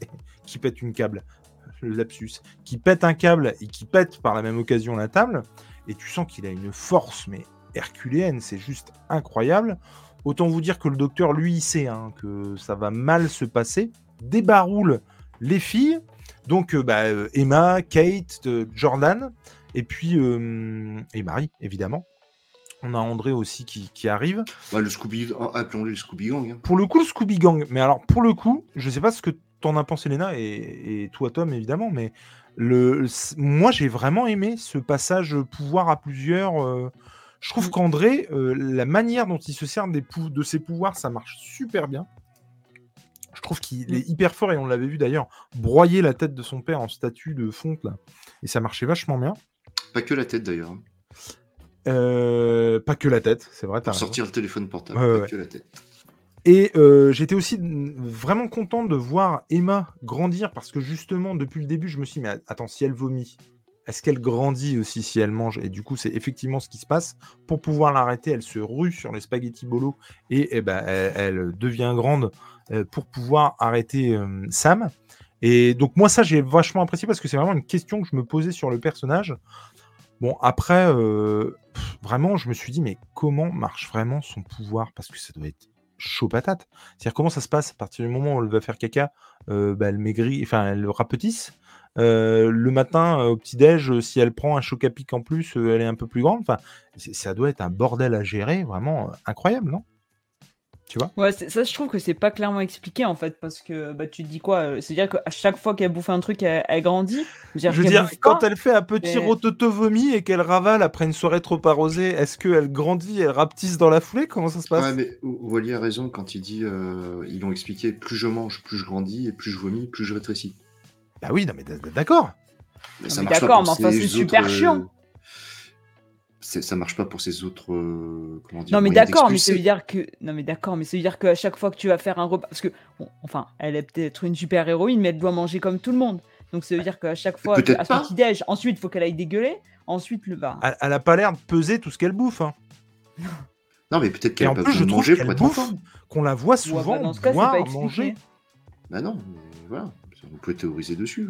le lapsus, qui pète un câble et qui pète par la même occasion la table. Et tu sens qu'il a une force mais herculéenne, c'est juste incroyable. Autant vous dire que le docteur lui il sait que ça va mal se passer. Débaroule les filles, donc Emma, Kate, Jordan. Et puis, et Marie, évidemment. On a André aussi qui arrive. Bah, le Scooby, appelons-le le Scooby Gang. Hein. Pour le coup, le Scooby Gang. Mais alors, pour le coup, je sais pas ce que t'en as pensé, Léna, et toi, Tom, évidemment, mais moi, j'ai vraiment aimé ce passage pouvoir à plusieurs. Je trouve qu'André, la manière dont il se sert de ses pouvoirs, ça marche super bien. Je trouve qu'il est hyper fort, et on l'avait vu d'ailleurs, broyer la tête de son père en statue de fonte, là. Et ça marchait vachement bien. Pas que la tête d'ailleurs. Hein. Pas que la tête, c'est vrai. Pour sortir le téléphone portable, pas que la tête. Et j'étais aussi vraiment content de voir Emma grandir parce que justement, depuis le début, je me suis dit, mais attends, si elle vomit, est-ce qu'elle grandit aussi si elle mange? Et du coup, c'est effectivement ce qui se passe. Pour pouvoir l'arrêter, elle se rue sur les spaghettis bolo et elle devient grande pour pouvoir arrêter Sam. Et donc, moi, ça, j'ai vachement apprécié parce que c'est vraiment une question que je me posais sur le personnage. Bon, après, vraiment, je me suis dit, mais comment marche vraiment son pouvoir? Parce que ça doit être chaud patate. C'est-à-dire, comment ça se passe à partir du moment où elle va faire caca, elle maigrit, enfin, elle rapetisse. Le matin, au petit-déj, si elle prend un choc à pic en plus, elle est un peu plus grande. Enfin, ça doit être un bordel à gérer, vraiment incroyable, non? Tu vois? Ouais, ça, je trouve que c'est pas clairement expliqué en fait, parce que tu te dis quoi? C'est-à-dire qu'à chaque fois qu'elle bouffe un truc, elle grandit? Je veux dire, quand elle fait un petit rototo-vomi et qu'elle ravale après une soirée trop arrosée, est-ce qu'elle grandit, elle rapetisse dans la foulée? Comment ça se passe? Ouais, mais Wally a raison quand il dit, ils l'ont expliqué, plus je mange, plus je grandis, et plus je vomis, plus je rétrécis. Bah oui, non mais d'accord. Mais ça marche pas pour c'est super chiant. Ça marche pas pour ces autres comment dire. Non mais d'accord, mais ça veut dire qu'à chaque fois que tu vas faire un repas, parce que enfin, elle est peut-être une super héroïne, mais elle doit manger comme tout le monde. Donc ça veut dire qu'à chaque fois, à son petit déj, ensuite il faut qu'elle aille dégueuler, ensuite le bas. Elle a pas l'air de peser tout ce qu'elle bouffe. Hein. Non mais peut-être qu'elle a pas besoin de manger pour être en forme. Qu'on la voit souvent dans ce cas, c'est pas expliqué. Manger. Bah non, voilà, vous pouvez théoriser dessus.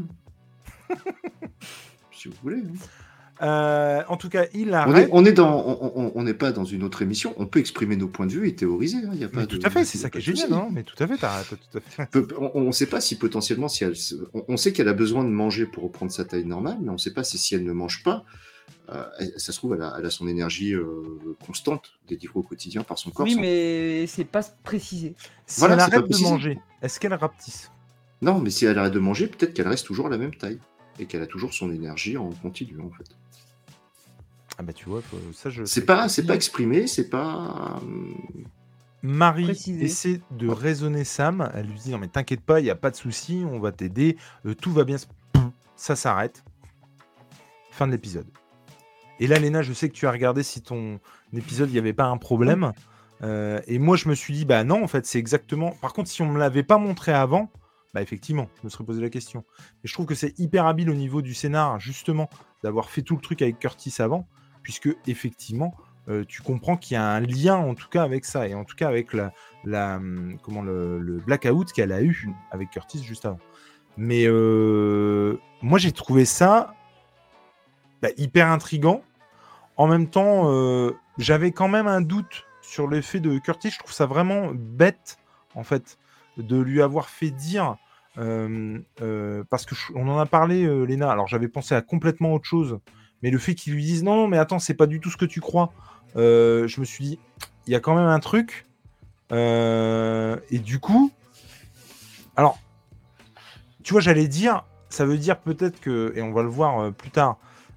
Si vous voulez. En tout cas, il arrête. On n'est pas dans une autre émission. On peut exprimer nos points de vue et théoriser. Hein. Y a pas tout à fait, c'est ça qui est génial. Hein. Mais tout à fait, t'as tout à fait. On ne sait pas si potentiellement, on sait qu'elle a besoin de manger pour reprendre sa taille normale, mais on ne sait pas si elle ne mange pas, ça se trouve, elle a son énergie constante délivrée au quotidien par son corps. Oui, mais c'est pas précisé. Si elle arrête de manger, est-ce qu'elle rapetisse? Non, mais si elle arrête de manger, peut-être qu'elle reste toujours à la même taille et qu'elle a toujours son énergie en continu, en fait. Ah bah tu vois, ça je. C'est pas exprimé, c'est pas. Marie essaie de raisonner Sam. Elle lui dit non mais t'inquiète pas, il y a pas de souci, on va t'aider, tout va bien. Ça s'arrête. Fin de l'épisode. Et là, Léna, je sais que tu as regardé si ton épisode il y avait pas un problème. Et moi je me suis dit bah non en fait c'est exactement. Par contre si on me l'avait pas montré avant. Bah effectivement, je me serais posé la question. Mais je trouve que c'est hyper habile au niveau du scénar, justement, d'avoir fait tout le truc avec Curtis avant, puisque effectivement, tu comprends qu'il y a un lien, en tout cas, avec ça, et en tout cas avec le blackout qu'elle a eu avec Curtis juste avant. Mais moi, j'ai trouvé ça hyper intriguant. En même temps, j'avais quand même un doute sur l'effet de Curtis. Je trouve ça vraiment bête, en fait, de lui avoir fait dire parce que on en a parlé Léna, alors j'avais pensé à complètement autre chose, mais le fait qu'ils lui disent non mais attends c'est pas du tout ce que tu crois, je me suis dit il y a quand même un truc et du coup alors tu vois j'allais dire ça veut dire peut-être que, et on va le voir plus tard,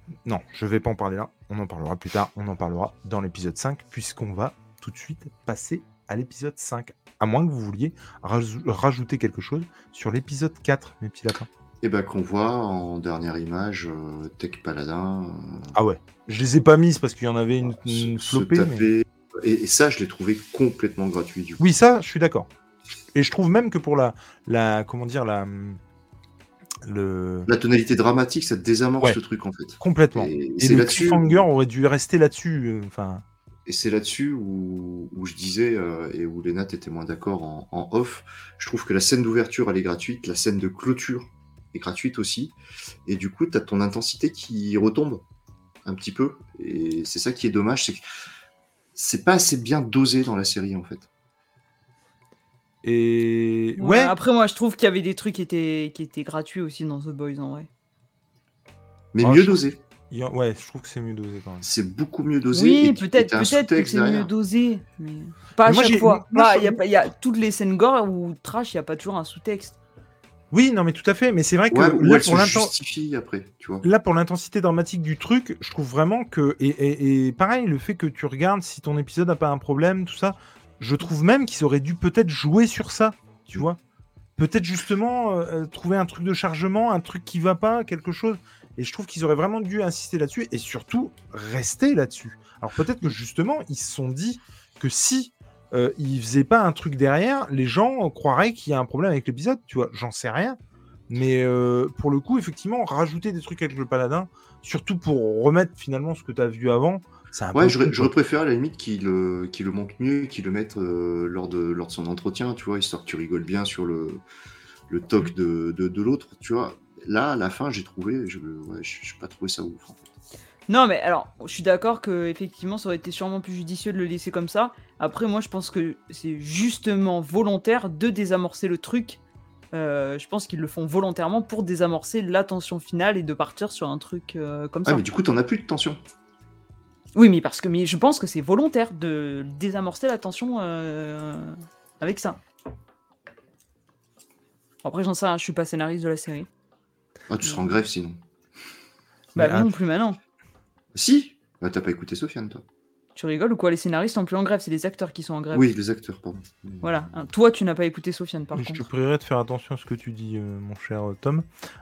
Non, je vais pas en parler là. On en parlera plus tard. On en parlera dans l'épisode 5, puisqu'on va tout de suite passer à l'épisode 5. À moins que vous vouliez rajouter quelque chose sur l'épisode 4, mes petits lapins. Et ben qu'on voit en dernière image Tech Paladin Ah ouais. Je les ai pas mises parce qu'il y en avait une se flopée. Mais... taper. Et ça, je l'ai trouvé complètement gratuit du coup. Oui, ça, je suis d'accord. Et je trouve même que pour la comment dire, La tonalité dramatique, ça désamorce Ouais. le truc en fait. complètement. Et Et c'est le là-dessus cliffhanger aurait dû rester là-dessus. Enfin, Et c'est là-dessus où je disais, et où Léna était moins d'accord en off, je trouve que la scène d'ouverture, elle est gratuite, la scène de clôture est gratuite aussi, et du coup, tu as ton intensité qui retombe un petit peu, et c'est ça qui est dommage, c'est que c'est pas assez bien dosé dans la série, en fait. et ouais. Après, moi, je trouve qu'il y avait des trucs qui étaient gratuits aussi dans The Boys, en vrai. Mais Oh, mieux je- dosé. Ouais, je trouve que c'est mieux dosé quand même. C'est beaucoup mieux dosé, Oui, et peut-être t'as un que sous-texte c'est mieux derrière. dosé, mais pas à Mais moi, chaque j'ai- fois. moi, je- Il y a toutes les scènes gore ou trash, il n'y a pas toujours un sous-texte. Oui, non, mais tout à fait. Mais c'est vrai que Ouais, où là, elle pour se justifie après, tu vois. Là, pour l'intensité dramatique du truc, je trouve vraiment que... Et pareil, le fait que tu regardes si ton épisode n'a pas un problème, tout ça, je trouve même qu'ils auraient dû peut-être jouer sur ça, tu vois. Peut-être justement trouver un truc de chargement, un truc qui va pas, quelque chose. Et je trouve qu'ils auraient vraiment dû insister là-dessus et surtout rester là-dessus. Alors peut-être que justement, ils se sont dit que si ils faisaient pas un truc derrière, les gens croiraient qu'il y a un problème avec l'épisode, tu vois. J'en sais rien. Mais pour le coup, effectivement, rajouter des trucs avec le paladin, surtout pour remettre finalement ce que tu as vu avant, c'est un Ouais, peu... j'aurais préféré à la limite qu'il le montre mieux, qu'il le mette lors de son entretien, tu vois, histoire que tu rigoles bien sur le toc de l'autre, tu vois. Là, à la fin, j'ai trouvé, j'ai pas trouvé ça ouf. En fait. Non, mais alors, je suis d'accord que effectivement, ça aurait été sûrement plus judicieux de le laisser comme ça. Après, moi, je pense que c'est justement volontaire de désamorcer le truc. Je pense qu'ils le font volontairement pour désamorcer la tension finale et de partir sur un truc comme Ah, ça. mais du coup, t'en as plus de tension. Oui, mais je pense que c'est volontaire de désamorcer la tension avec ça. Après, j'en sais rien, je suis pas scénariste de la série. Ah, tu seras en grève sinon. Bah, Mais, non plus maintenant. Si. Bah, t'as pas écouté Sofiane, toi. Tu rigoles ou quoi? Les scénaristes sont plus en grève, c'est les acteurs qui sont en grève. Oui, les acteurs, pardon. Voilà. Hein, toi, tu n'as pas écouté Sofiane, par je te contre. prierai de faire attention à ce que tu dis, mon cher Tom.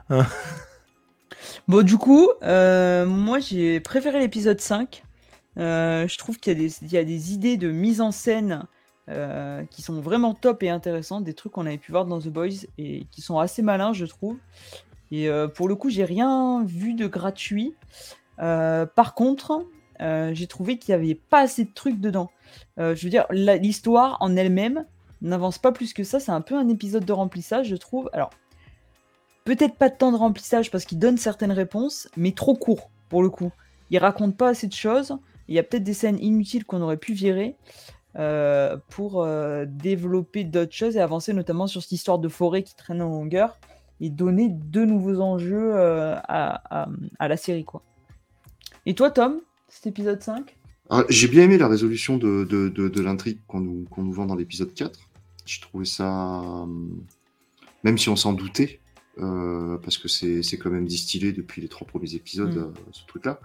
Bon, du coup, moi, j'ai préféré l'épisode 5. Je trouve qu'il y a des idées de mise en scène qui sont vraiment top et intéressantes, des trucs qu'on avait pu voir dans The Boys et qui sont assez malins, je trouve. Et pour le coup, j'ai rien vu de gratuit. Par contre, j'ai trouvé qu'il n'y avait pas assez de trucs dedans. Je veux dire, l'histoire en elle-même n'avance pas plus que ça. C'est un peu un épisode de remplissage, je trouve. Alors, peut-être pas de temps de remplissage parce qu'il donne certaines réponses, mais trop court, pour le coup. Il raconte pas assez de choses. Il y a peut-être des scènes inutiles qu'on aurait pu virer pour développer d'autres choses et avancer notamment sur cette histoire de forêt qui traîne en longueur et donner de nouveaux enjeux à la série, quoi. Et toi, Tom, cet épisode 5 ? Alors, j'ai bien aimé la résolution de l'intrigue qu'on nous vend dans l'épisode 4. J'ai trouvé ça... Même si on s'en doutait, parce que c'est quand même distillé depuis les 3 premiers épisodes, ce truc-là.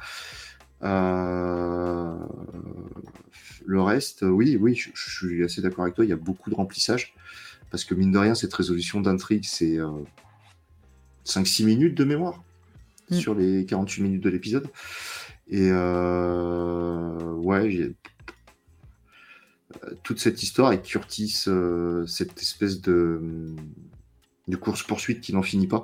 Le reste, oui, je suis assez d'accord avec toi, il y a beaucoup de remplissage, parce que mine de rien, cette résolution d'intrigue, c'est 5-6 minutes de mémoire sur les 48 minutes de l'épisode. Et ouais, toute cette histoire avec Curtis, cette espèce de course-poursuite qui n'en finit pas.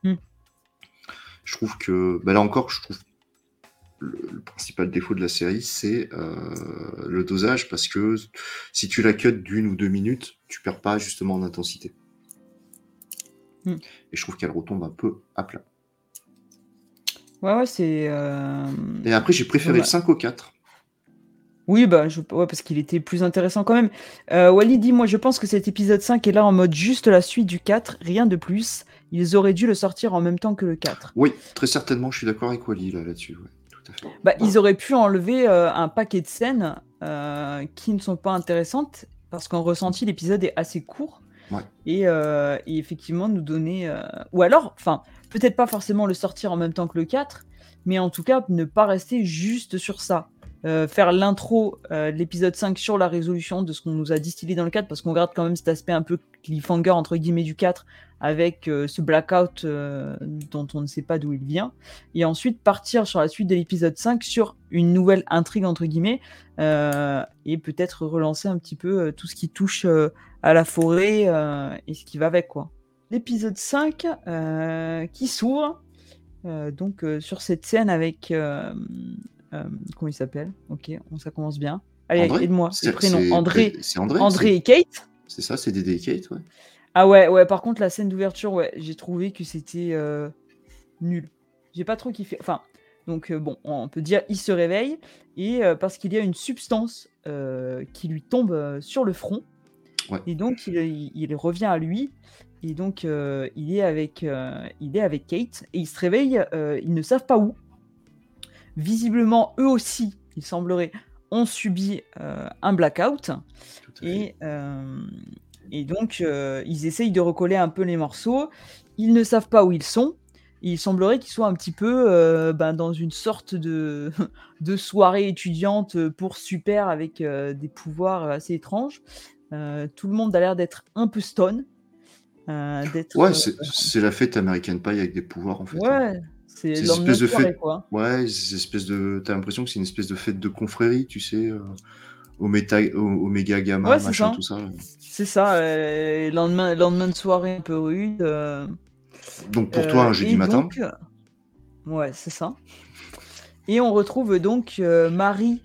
Je trouve que, là encore, je trouve le principal défaut de la série, c'est le dosage, parce que si tu la cut d'1 ou 2 minutes, tu perds pas justement en intensité. Et je trouve qu'elle retombe un peu à plat. Ouais, c'est... Et après, j'ai préféré le 5 au 4. Oui, parce qu'il était plus intéressant quand même. Wally dit, moi je pense que cet épisode 5 est là en mode juste la suite du 4, rien de plus. Ils auraient dû le sortir en même temps que le 4. Oui, très certainement, je suis d'accord avec Wally là-dessus. Ouais, tout à fait. Ils auraient pu enlever un paquet de scènes qui ne sont pas intéressantes, parce qu'en ressenti, l'épisode est assez court. Ouais. Et effectivement, nous donner... Ou alors, peut-être pas forcément le sortir en même temps que le 4, mais en tout cas, ne pas rester juste sur ça. Faire l'intro de l'épisode 5 sur la résolution de ce qu'on nous a distillé dans le 4, parce qu'on garde quand même cet aspect un peu cliffhanger entre guillemets du 4 avec ce blackout dont on ne sait pas d'où il vient, et ensuite partir sur la suite de l'épisode 5 sur une nouvelle intrigue entre guillemets, et peut-être relancer un petit peu tout ce qui touche à la forêt et ce qui va avec, quoi. L'épisode 5 qui s'ouvre donc sur cette scène avec comment il s'appelle? Ok, ça commence bien. Allez, André aide-moi, le prénom. C'est André André et Kate. C'est ça, c'est Dédé et Kate, ouais. Ah ouais, par contre, la scène d'ouverture, ouais, j'ai trouvé que c'était nul. J'ai pas trop kiffé. Enfin, donc bon, on peut dire il se réveille, et parce qu'il y a une substance qui lui tombe sur le front. Ouais. Et donc, il revient à lui. Et donc, il est avec Kate. Et ils se réveillent, ils ne savent pas où. Visiblement, eux aussi, il semblerait, ont subi un blackout. Tout à fait. Et donc, ils essayent de recoller un peu les morceaux. Ils ne savent pas où ils sont. Il semblerait qu'ils soient un petit peu dans une sorte de, de soirée étudiante pour super avec des pouvoirs assez étranges. Tout le monde a l'air d'être un peu stone. Ouais, c'est la fête American Pie avec des pouvoirs, en fait. Ouais, c'est C'est une l'homme de espèce de soirée, fête. quoi. Ouais, c'est une espèce de. T'as l'impression que c'est une espèce de fête de confrérie, tu sais, Oméga, Gamma, Ouais, c'est machin, ça. tout ça. C'est ça, lendemain de soirée un peu rude. Donc pour toi, un jeudi et matin. donc, ouais, c'est ça. Et on retrouve donc Marie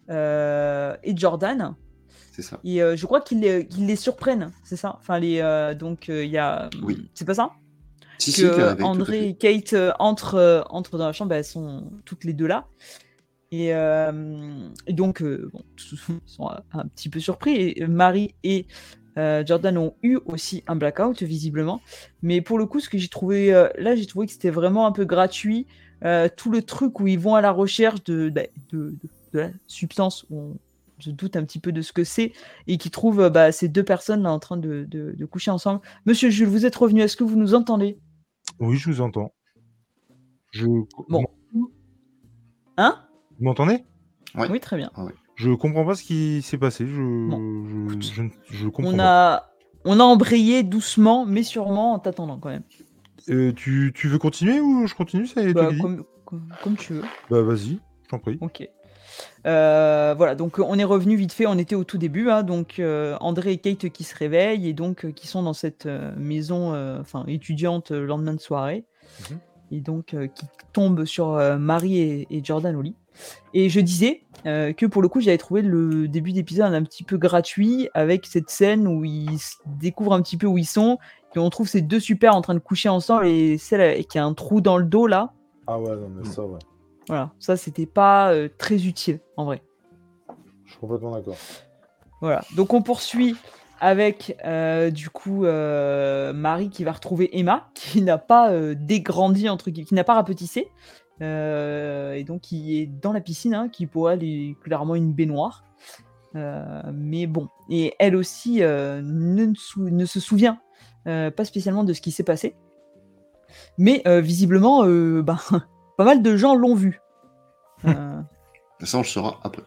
et Jordan. C'est ça. Et je crois qu'ils les surprennent, c'est ça. Enfin, donc il y a. Oui. C'est pas ça? Si, qui Que arrivait, tout à André fait. et Kate entrent dans la chambre, elles sont toutes les deux là. Et donc, bon, ils sont un petit peu surpris. Et Marie et Jordan ont eu aussi un blackout, visiblement. Mais pour le coup, ce que j'ai trouvé là, j'ai trouvé que c'était vraiment un peu gratuit. Tout le truc où ils vont à la recherche de la substance, où je doute un petit peu de ce que c'est, et qui trouvent ces deux personnes là en train de coucher ensemble. Monsieur Jules, vous êtes revenu, est-ce que vous nous entendez? Oui, je vous entends. Bon. Hein? Vous m'entendez? Ouais. Oui, très bien. Ah ouais. Je comprends pas ce qui s'est passé. Écoute, Je comprends pas. On a embrayé doucement, mais sûrement en t'attendant quand même. Tu veux continuer ou je continue? Ça y est, toi qui dis. Comme tu veux. Bah vas-y, je t'en prie. Ok. Voilà, donc on est revenu vite fait, on était au tout début, hein, donc André et Kate qui se réveillent et donc qui sont dans cette maison étudiante lendemain de soirée, et donc qui tombent sur Marie et Jordan au lit. Et je disais que pour le coup j'avais trouvé le début d'épisode un petit peu gratuit avec cette scène où ils découvrent un petit peu où ils sont, et on trouve ces deux super en train de coucher ensemble, et celle qui a un trou dans le dos là. Ah ouais, non mais ça ouais. Voilà, ça c'était pas très utile en vrai. Je suis complètement d'accord. Voilà, donc on poursuit avec du coup Marie qui va retrouver Emma, qui n'a pas dégrandi entre guillemets, qui n'a pas rapetissé, et donc qui est dans la piscine, hein, qui pour elle est clairement une baignoire. Mais bon, et elle aussi ne se souvient pas spécialement de ce qui s'est passé, mais visiblement pas mal de gens l'ont vu. Ça, on le saura après.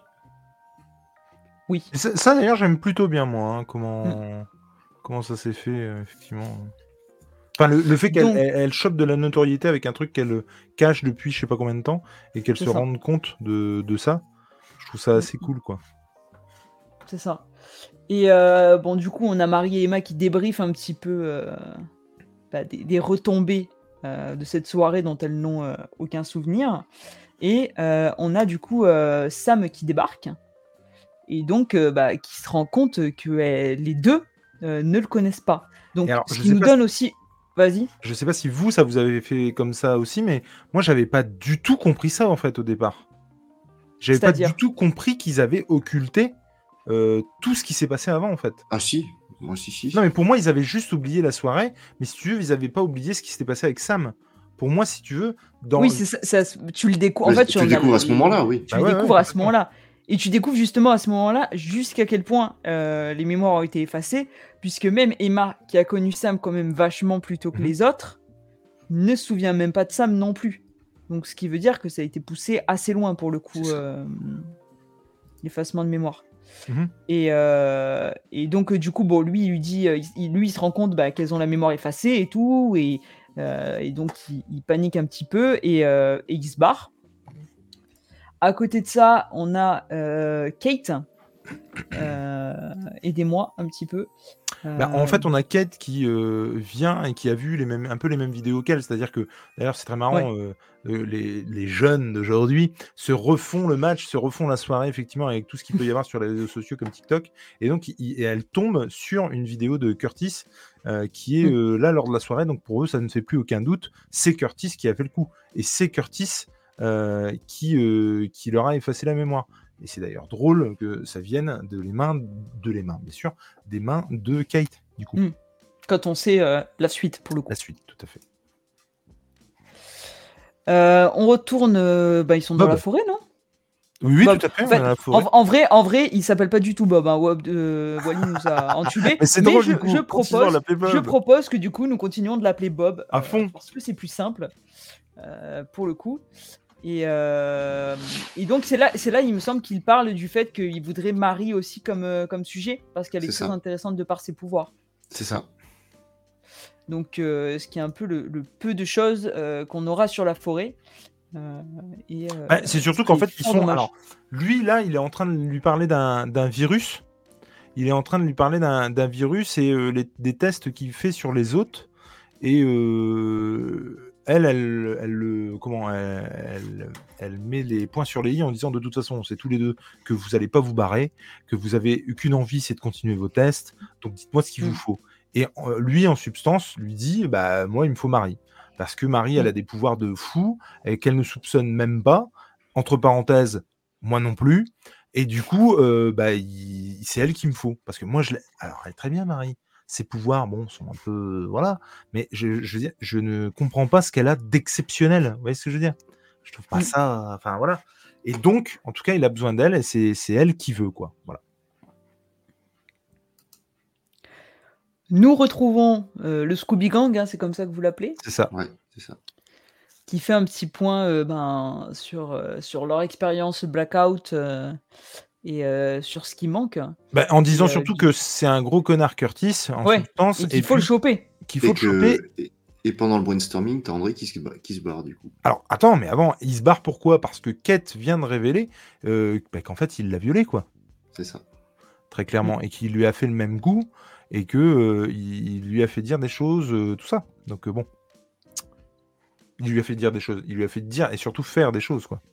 Oui. Ça d'ailleurs, j'aime plutôt bien, moi, hein, comment ça s'est fait, effectivement. Enfin, le fait qu'elle elle chope de la notoriété avec un truc qu'elle cache depuis je sais pas combien de temps, et qu'elle se rende compte de ça, je trouve ça assez cool, quoi. C'est ça. Et bon, du coup, on a Marie et Emma qui débriefent un petit peu des retombées de cette soirée dont elles n'ont aucun souvenir. Et on a du coup Sam qui débarque, et donc qui se rend compte que les deux ne le connaissent pas. Donc, alors, ce qui nous donne aussi... Vas-y. Je sais pas si vous, ça vous avez fait comme ça aussi, mais moi, j'avais pas du tout compris ça, en fait, au départ. J'avais pas du tout compris qu'ils avaient occulté tout ce qui s'est passé avant, en fait. Ah si, moi si. Non, mais pour moi, ils avaient juste oublié la soirée, mais si tu veux, ils avaient pas oublié ce qui s'était passé avec Sam. Pour moi, si tu veux... Oui, c'est ça, tu le découvres. En fait, tu le découvres à ce moment-là, oui. Tu le découvres à ce moment-là. Et tu découvres justement à ce moment-là jusqu'à quel point les mémoires ont été effacées, puisque même Emma, qui a connu Sam quand même vachement plus tôt que les autres, ne se souvient même pas de Sam non plus. Donc, ce qui veut dire que ça a été poussé assez loin pour le coup, C'est ça. l'effacement de mémoire. Mhm. Et donc, du coup, bon, lui, il lui dit, lui, il se rend compte qu'elles ont la mémoire effacée et tout, et donc il panique un petit peu et il se barre. À côté de ça, on a Kate. Aidez-moi un petit peu. En fait, on a Kate qui vient et qui a vu un peu les mêmes vidéos qu'elle. C'est-à-dire que, d'ailleurs, c'est très marrant, Ouais. les jeunes d'aujourd'hui se refont le match, se refont la soirée, effectivement, avec tout ce qu'il peut y avoir sur les réseaux sociaux comme TikTok. Et donc, et elle tombe sur une vidéo de Curtis qui est là lors de la soirée. Donc, pour eux, ça ne fait plus aucun doute. C'est Curtis qui a fait le coup. Et c'est Curtis qui leur a effacé la mémoire. Et c'est d'ailleurs drôle que ça vienne bien sûr, des mains de Kate, du coup. Quand on sait la suite, pour le coup. La suite, tout à fait. On retourne, ils sont dans Bob. la forêt, non? Oui, Bob. tout à fait, En on fait, est dans la forêt. en vrai, il s'appelle pas du tout Bob. Hein. Wally nous a entubés. Mais c'est Mais drôle, du coup. Continuons à l'appeler Bob. je propose que du coup, nous continuions de l'appeler Bob. À fond. Parce que c'est plus simple, pour le coup. Et donc, c'est là, il me semble qu'il parle du fait qu'il voudrait Marie aussi comme sujet, parce qu'elle est C'est très ça. intéressante de par ses pouvoirs. C'est ça. Donc, ce qui est un peu le peu de choses qu'on aura sur la forêt. C'est surtout qu'en fait, ils sont. Alors, lui, là, il est en train de lui parler d'un virus. Il est en train de lui parler d'un virus et des tests qu'il fait sur les autres. Et elle met les points sur les i en disant de toute façon, c'est tous les deux que vous n'allez pas vous barrer, que vous avez qu'une envie, c'est de continuer vos tests. Donc, dites-moi ce qu'il vous faut. Et lui, en substance, lui dit, moi, il me faut Marie. Parce que Marie, elle a des pouvoirs de fou et qu'elle ne soupçonne même pas. Entre parenthèses, moi non plus. Et du coup, c'est elle qu'il me faut. Parce que moi, alors, elle est très bien, Marie. Ses pouvoirs, sont un peu... Voilà. Mais je veux dire, je ne comprends pas ce qu'elle a d'exceptionnel. Vous voyez ce que je veux dire? Je trouve pas ça... Enfin, voilà. Et donc, en tout cas, il a besoin d'elle et c'est elle qui veut, quoi. Voilà. Nous retrouvons le Scooby Gang, hein, c'est comme ça que vous l'appelez. C'est ça. Ouais, c'est ça. Qui fait un petit point sur leur expérience Blackout et sur ce qui manque. En disant surtout que c'est un gros connard Curtis, en substance. Et qu'il faut le choper. Et pendant le brainstorming, t'as André qui se barre, du coup. Alors, attends, mais avant, il se barre pourquoi? Parce que Kate vient de révéler qu'en fait, il l'a violée, quoi. C'est ça. Très clairement. Et qu'il lui a fait le même goût et que il lui a fait dire des choses, tout ça. Donc, bon. Il lui a fait dire des choses. Il lui a fait dire et surtout faire des choses, quoi.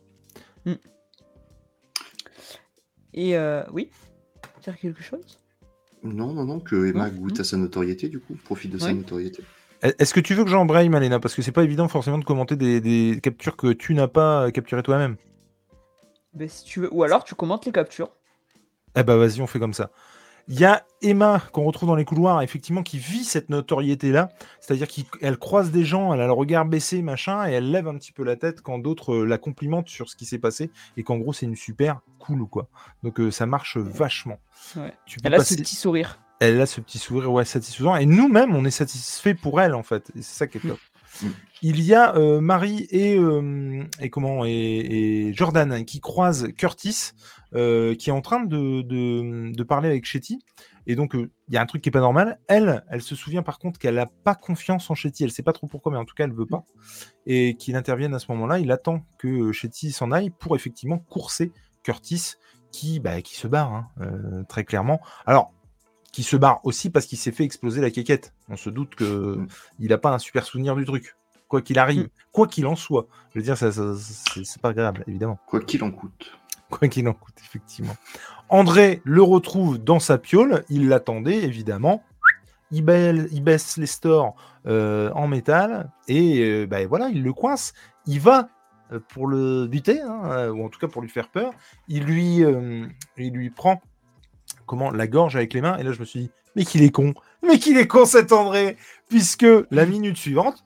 Et oui, dire quelque chose? Non, que Emma goûte à sa notoriété, du coup, profite de sa notoriété. Est-ce que tu veux que j'embraye, Malena? Parce que c'est pas évident forcément de commenter des captures que tu n'as pas capturées toi-même. Si tu veux. Ou alors tu commentes les captures. Vas-y, on fait comme ça. Il y a Emma qu'on retrouve dans les couloirs, effectivement, qui vit cette notoriété-là. C'est-à-dire qu'elle croise des gens, elle a le regard baissé, machin, et elle lève un petit peu la tête quand d'autres la complimentent sur ce qui s'est passé, et qu'en gros, c'est une super cool, quoi. Donc, ça marche vachement. Ouais. Elle a ce petit sourire. Elle a ce petit sourire, ouais, satisfaisant. Et nous-mêmes, on est satisfait pour elle, en fait. Et c'est ça qui est top. Il y a Marie et Jordan qui croisent Curtis, qui est en train de parler avec Shetty. Et donc, il y a un truc qui est pas normal. Elle se souvient par contre qu'elle n'a pas confiance en Shetty. Elle sait pas trop pourquoi, mais en tout cas, elle veut pas. Et qu'il intervienne à ce moment-là. Il attend que Shetty s'en aille pour effectivement courser Curtis qui se barre, hein, très clairement. Alors, qui se barre aussi parce qu'il s'est fait exploser la quéquette. On se doute qu'il n'a pas un super souvenir du truc. Quoi qu'il arrive, quoi qu'il en soit. Je veux dire, c'est pas agréable, évidemment. Quoi qu'il en coûte. Quoi qu'il en coûte, effectivement. André le retrouve dans sa piole. Il l'attendait, évidemment. Il baisse les stores en métal. Et voilà, il le coince. Il va pour le buter, hein, ou en tout cas pour lui faire peur. Il lui prend la gorge avec les mains. Et là, je me suis dit, mais qu'il est con. Mais qu'il est con, cet André. Puisque la minute suivante,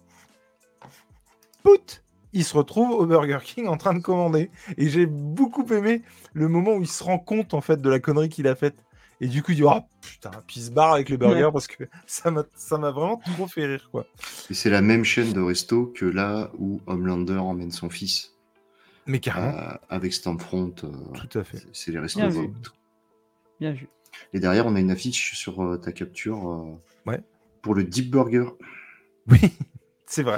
il se retrouve au Burger King en train de commander. Et j'ai beaucoup aimé le moment où il se rend compte en fait de la connerie qu'il a faite. Et du coup, il dit oh putain, puis il se barre avec le burger Ouais. parce que ça m'a vraiment trop fait rire, quoi. Et c'est la même chaîne de resto que là où Homelander emmène son fils Mais carrément, avec Stormfront. tout à fait. C'est les restos Bien de vu. Vogt. Bien vu. Et derrière, on a une affiche sur ta capture Ouais. pour le Deep Burger. Oui, c'est vrai.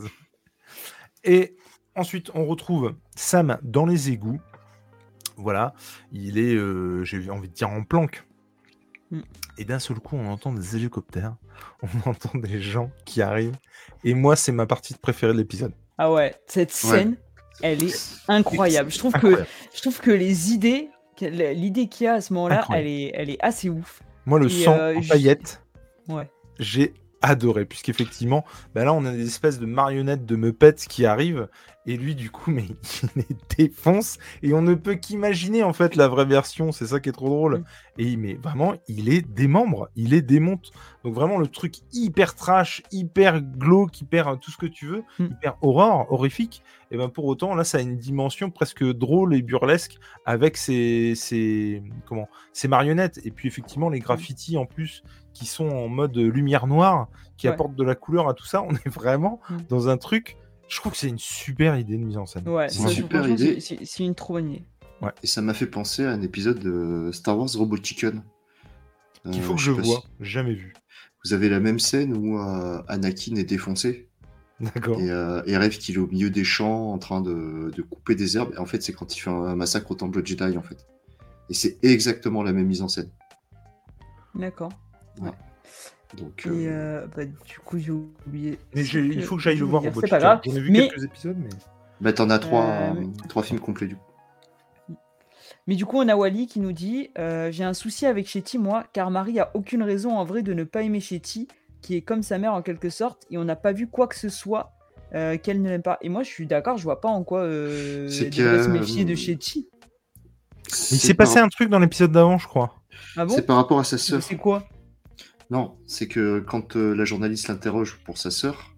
Et ensuite, on retrouve Sam dans les égouts. Voilà, il est, j'ai envie de dire, en planque. Et d'un seul coup, on entend des hélicoptères, on entend des gens qui arrivent. Et moi, c'est ma partie préférée de l'épisode. Ah ouais, cette scène, elle est incroyable. Je trouve que l'idée qu'il y a à ce moment-là, elle est assez ouf. Moi, le sang en paillettes, ouais. j'ai adoré, puisqu'effectivement, bah là, on a des espèces de marionnettes de Muppets qui arrivent, et lui, du coup, mais il les défonce, et on ne peut qu'imaginer, en fait, la vraie version, c'est ça qui est trop drôle. Et mais vraiment, il les démembre, il les démonte. Donc vraiment, le truc hyper trash, hyper glauque, hyper tout ce que tu veux, hyper horrifique, et ben pour autant, là, ça a une dimension presque drôle et burlesque, avec ces marionnettes, et puis effectivement, les graffitis, en plus, qui sont en mode lumière noire, qui apportent de la couleur à tout ça. On est vraiment dans un truc. Je trouve que c'est une super idée de mise en scène. Ouais, c'est une super idée. C'est une trop bonne idée. Ouais. Et ça m'a fait penser à un épisode de Star Wars Robot Chicken. Qu'il faut que je vois, jamais vu. Vous avez la même scène où Anakin est défoncé. D'accord. Et rêve qu'il est au milieu des champs en train de couper des herbes. Et en fait, c'est quand il fait un massacre au temple Jedi, en fait. Et c'est exactement la même mise en scène. D'accord. Ouais. Donc, et du coup, j'ai oublié. Mais il faut que j'aille le voir. C'est pas grave. J'en ai vu quelques épisodes, mais. Bah, t'en as trois films complets, du coup. Mais du coup, on a Wally qui nous dit j'ai un souci avec Shetty, moi, car Marie a aucune raison en vrai de ne pas aimer Shetty, qui est comme sa mère en quelque sorte, et on n'a pas vu quoi que ce soit qu'elle ne l'aime pas. Et moi, je suis d'accord, je vois pas en quoi elle devrait se méfier de Shetty. Il s'est passé un truc dans l'épisode d'avant, je crois. Ah bon ? C'est par rapport à sa sœur. C'est quoi ? Non, c'est que quand la journaliste l'interroge pour sa sœur,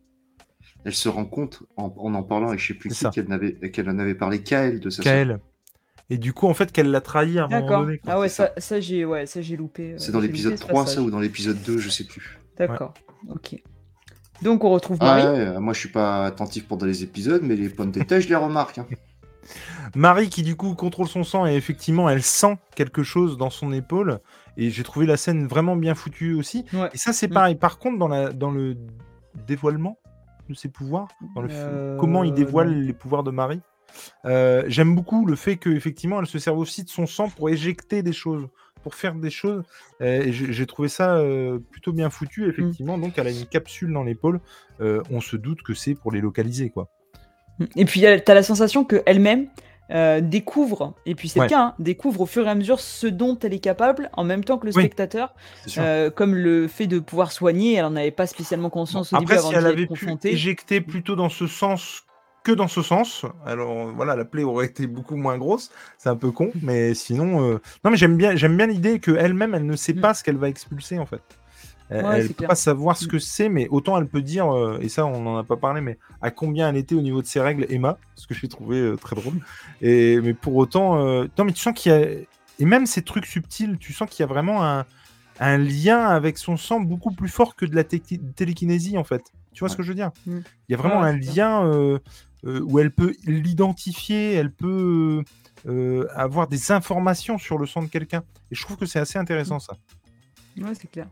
elle se rend compte, en parlant avec je sais plus qui, qu'elle en avait parlé qu'à elle de sa sœur. Et du coup, en fait, qu'elle l'a trahi à un moment donné. Ah ouais, ça j'ai loupé. C'est dans l'épisode 3, ça, ou dans l'épisode 2, je sais plus. D'accord, ok. Donc on retrouve Marie. Ouais, moi je suis pas attentif pendant les épisodes, mais les points de détail, je les remarque. Hein. Marie qui du coup contrôle son sang et effectivement elle sent quelque chose dans son épaule et j'ai trouvé la scène vraiment bien foutue aussi. Ouais. Et ça c'est pareil. Par contre dans le dévoilement de ses pouvoirs, dans comment il dévoile les pouvoirs de Marie, j'aime beaucoup le fait qu'effectivement elle se serve aussi de son sang pour éjecter des choses, pour faire des choses. Et j'ai trouvé ça plutôt bien foutu effectivement. Donc elle a une capsule dans l'épaule. On se doute que c'est pour les localiser quoi. Et puis t'as la sensation qu'elle-même découvre, et puis c'est le cas, hein, découvre au fur et à mesure ce dont elle est capable, en même temps que le spectateur, comme le fait de pouvoir soigner, elle n'en avait pas spécialement conscience au début avant si elle avait pu éjecter plutôt dans ce sens que dans ce sens, alors voilà, la plaie aurait été beaucoup moins grosse, c'est un peu con, mais sinon... Non mais j'aime bien l'idée qu'elle-même, elle ne sait pas ce qu'elle va expulser en fait. Elle ne peut pas savoir ce que c'est, mais autant elle peut dire, et ça on n'en a pas parlé, mais à combien elle était au niveau de ses règles, Emma, ce que j'ai trouvé très drôle. Mais pour autant, non mais tu sens qu'il y a, et même ces trucs subtils, tu sens qu'il y a vraiment un lien avec son sang beaucoup plus fort que de la télékinésie en fait. Tu vois ce que je veux dire ? Il y a vraiment un lien où elle peut l'identifier, elle peut avoir des informations sur le sang de quelqu'un. Et je trouve que c'est assez intéressant ça. Ouais, c'est clair.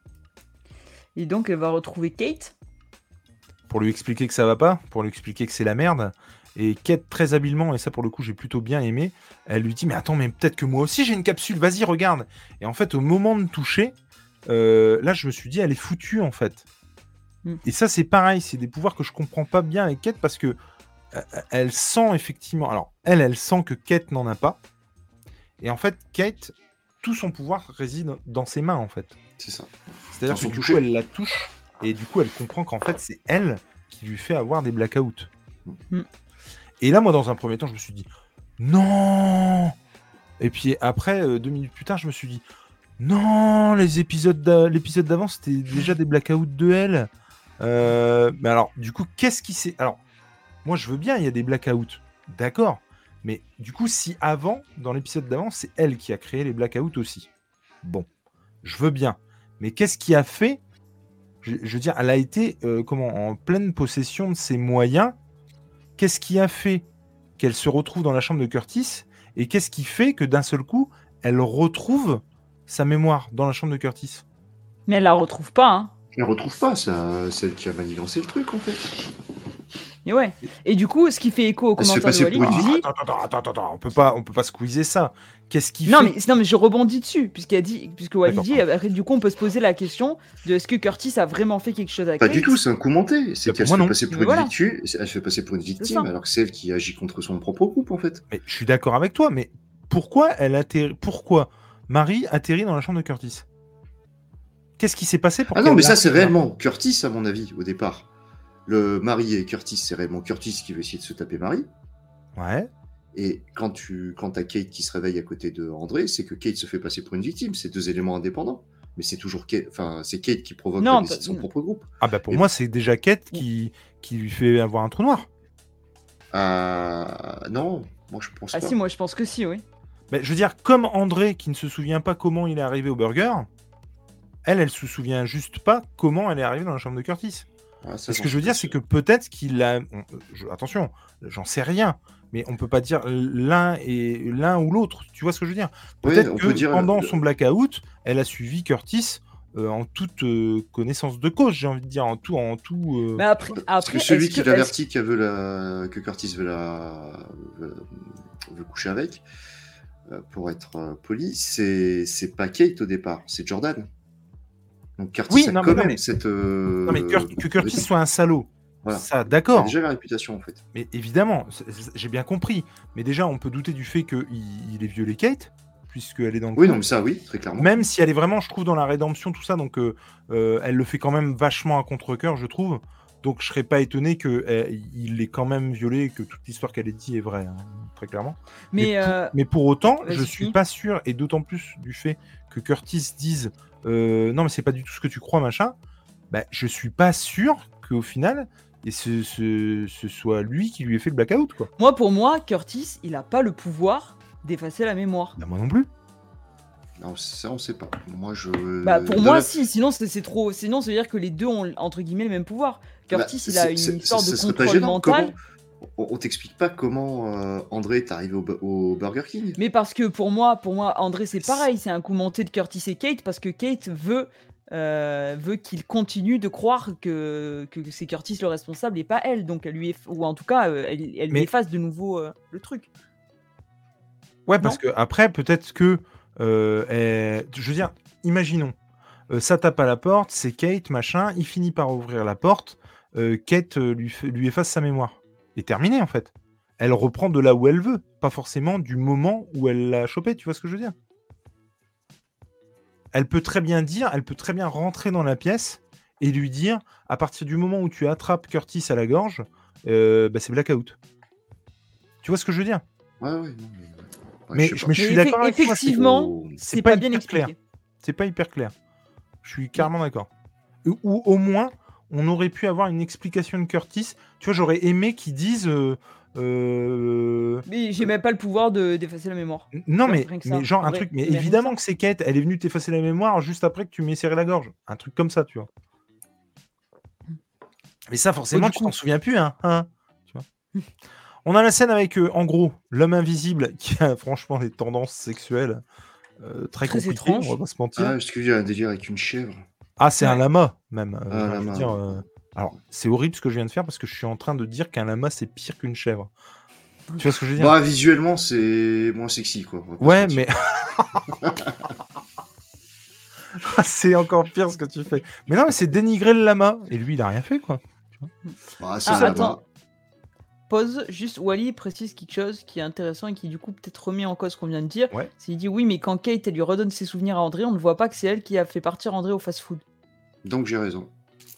Et donc, elle va retrouver Kate. Pour lui expliquer que ça va pas, pour lui expliquer que c'est la merde. Et Kate, très habilement, et ça pour le coup j'ai plutôt bien aimé, elle lui dit mais attends, mais peut-être que moi aussi j'ai une capsule, vas-y regarde. Et en fait au moment de toucher, là je me suis dit elle est foutue en fait. Et ça c'est pareil, c'est des pouvoirs que je comprends pas bien avec Kate parce que elle sent effectivement, alors elle sent que Kate n'en a pas. Et en fait Kate, tout son pouvoir réside dans ses mains en fait. C'est ça. C'est-à-dire que du coup, elle la touche et du coup, elle comprend qu'en fait, c'est elle qui lui fait avoir des blackouts. Et là, moi, dans un premier temps, je me suis dit non. Et puis après, 2 minutes plus tard, je me suis dit non, l'épisode d'avant, c'était déjà des blackouts de elle. Mais alors, du coup, qu'est-ce qui s'est... Alors, moi, je veux bien, il y a des blackouts. D'accord. Mais du coup, si avant, dans l'épisode d'avant, c'est elle qui a créé les blackouts aussi. Bon, je veux bien. Mais qu'est-ce qui a fait je veux dire, elle a été en pleine possession de ses moyens. Qu'est-ce qui a fait qu'elle se retrouve dans la chambre de Curtis? Et qu'est-ce qui fait que d'un seul coup, elle retrouve sa mémoire dans la chambre de Curtis? Mais elle la retrouve pas, hein. Je ne retrouve pas, celle qui a manigancé le truc, en fait. Et ouais. Et du coup, ce qui fait écho au Elle se fait commentaire de passer Wally, pour une il dit... Attends, on peut pas squeezer ça. Qu'est-ce qui Non, fait... mais je rebondis dessus, puisque Wally D'accord, dit, après, du coup, on peut se poser la question de est-ce que Curtis a vraiment fait quelque chose à Pas Kate? du tout, c'est un coup monté. C'est Bah, qu'elle pour moi, se fait non. passer pour Mais une voilà. victime, elle se fait passer pour une victime, ça. alors que c'est elle qui agit contre son propre groupe, en fait. Mais je suis d'accord avec toi, mais pourquoi Marie atterrit dans la chambre de Curtis? Qu'est-ce qui s'est passé pour Ah non, qu'elle mais ça, arrive c'est là réellement Curtis, à mon avis, au départ. Le Marie et Curtis, c'est réellement Curtis qui veut essayer de se taper Marie. Ouais. Et quand t'as Kate qui se réveille à côté de André, c'est que Kate se fait passer pour une victime. C'est deux éléments indépendants. Mais c'est toujours Kate, c'est Kate qui provoque Non, la décès de son propre groupe. Ah bah pour Et- moi, c'est déjà Kate qui lui fait avoir un trou noir. Non, moi je pense Ah pas. si, moi je pense que si, oui. Mais je veux dire, comme André qui ne se souvient pas comment il est arrivé au burger, elle se souvient juste pas comment elle est arrivée dans la chambre de Curtis. Ah, ça, Ce j'en que je veux suis dire, pas c'est sûr. que peut-être qu'il a... Attention, j'en sais rien, mais on peut pas dire l'un ou l'autre. Tu vois ce que je veux dire? Ouais, Peut-être on que peut dire pendant son blackout, elle a suivi Curtis en toute connaissance de cause, j'ai envie de dire, en tout. Mais après, Parce que celui est-ce qui que- l'avertit que Curtis veut coucher avec, pour être poli, c'est pas Kate au départ, c'est Jordan. Donc Curtis Oui, a non, quand mais- même cette. Non, mais que Curtis soit un salaud, Voilà. ça, Il a d'accord. déjà la réputation en fait. Mais évidemment, j'ai bien compris. Mais déjà, on peut douter du fait qu'il ait violé Kate, puisqu'elle est dans le Oui, coup. non, mais ça, oui, très clairement. Même si elle est vraiment, je trouve, dans la rédemption, tout ça, donc elle le fait quand même vachement à contre-cœur, je trouve. Donc je serais pas étonné qu'il l'ait quand même violé et que toute l'histoire qu'elle a dit est vraie, hein, très clairement. Mais pour autant, je vas-y, suis finis. pas sûr, et d'autant plus du fait que Curtis dise non, mais c'est pas du tout ce que tu crois, machin. Bah, je suis pas sûr qu'au final, et ce soit lui qui lui ait fait le blackout, quoi. Pour moi, Curtis, il a pas le pouvoir d'effacer la mémoire. Bah, moi non plus. Non, ça, on sait pas. Moi, je. Pour dans moi, la- si, sinon c'est trop. Sinon, ça veut dire que les deux ont entre guillemets le même pouvoir. Curtis, il a une histoire de ce serait pas contrôle gênant. mental. On t'explique pas comment André est arrivé au Burger King. Mais parce que pour moi, André, c'est pareil. C'est un coup monté de Curtis et Kate parce que Kate veut qu'il continue de croire que c'est Curtis le responsable et pas elle. Donc elle lui ou en tout cas, elle Mais- efface de nouveau le truc. Ouais, parce que après, peut-être que. Je veux dire, imaginons, ça tape à la porte, c'est Kate, machin, il finit par ouvrir la porte, Kate lui efface sa mémoire. Et terminé, en fait. Elle reprend de là où elle veut, pas forcément du moment où elle l'a chopé, tu vois ce que je veux dire? Elle peut très bien rentrer dans la pièce et lui dire, à partir du moment où tu attrapes Curtis à la gorge, c'est blackout. Tu vois ce que je veux dire? Ouais, non, Mais je suis d'accord avec toi, effectivement, c'est pas bien hyper expliqué. clair. C'est pas hyper clair. Je suis carrément d'accord. Ou au moins, on aurait pu avoir une explication de Curtis. Tu vois, j'aurais aimé qu'ils disent... Mais j'ai même pas le pouvoir d'effacer la mémoire. Non, Rien mais, que ça, mais genre en un vrai. truc... Mais Mais rien que évidemment ça. que c'est Kate. Elle est venue t'effacer la mémoire juste après que tu m'aies serré la gorge. Un truc comme ça, tu vois. Mais ça, forcément, tu t'en souviens plus, hein, tu vois. On a la scène avec, en gros, l'homme invisible qui a franchement des tendances sexuelles très compliquées, étrange. on va pas se mentir. Ah, parce qu'il y a un délire avec une chèvre. Ah, c'est un lama, même. Ah, j'ai envie de lama, dire, ouais. Alors, c'est horrible ce que je viens de faire parce que je suis en train de dire qu'un lama, c'est pire qu'une chèvre. Tu vois ce que je veux dire? Bah, visuellement, c'est moins sexy, quoi. on va pas Ouais, se mais... c'est encore pire ce que tu fais. Mais non, mais c'est dénigrer le lama. Et lui, il a rien fait, quoi. Bah, c'est Ah, ça, attends. Pause, juste Wally précise quelque chose qui est intéressant et qui du coup peut-être remet en cause ce qu'on vient de dire. Ouais. C'est qu'il dit oui, mais quand Kate elle lui redonne ses souvenirs à André, on ne voit pas que c'est elle qui a fait partir André au fast-food. Donc j'ai raison.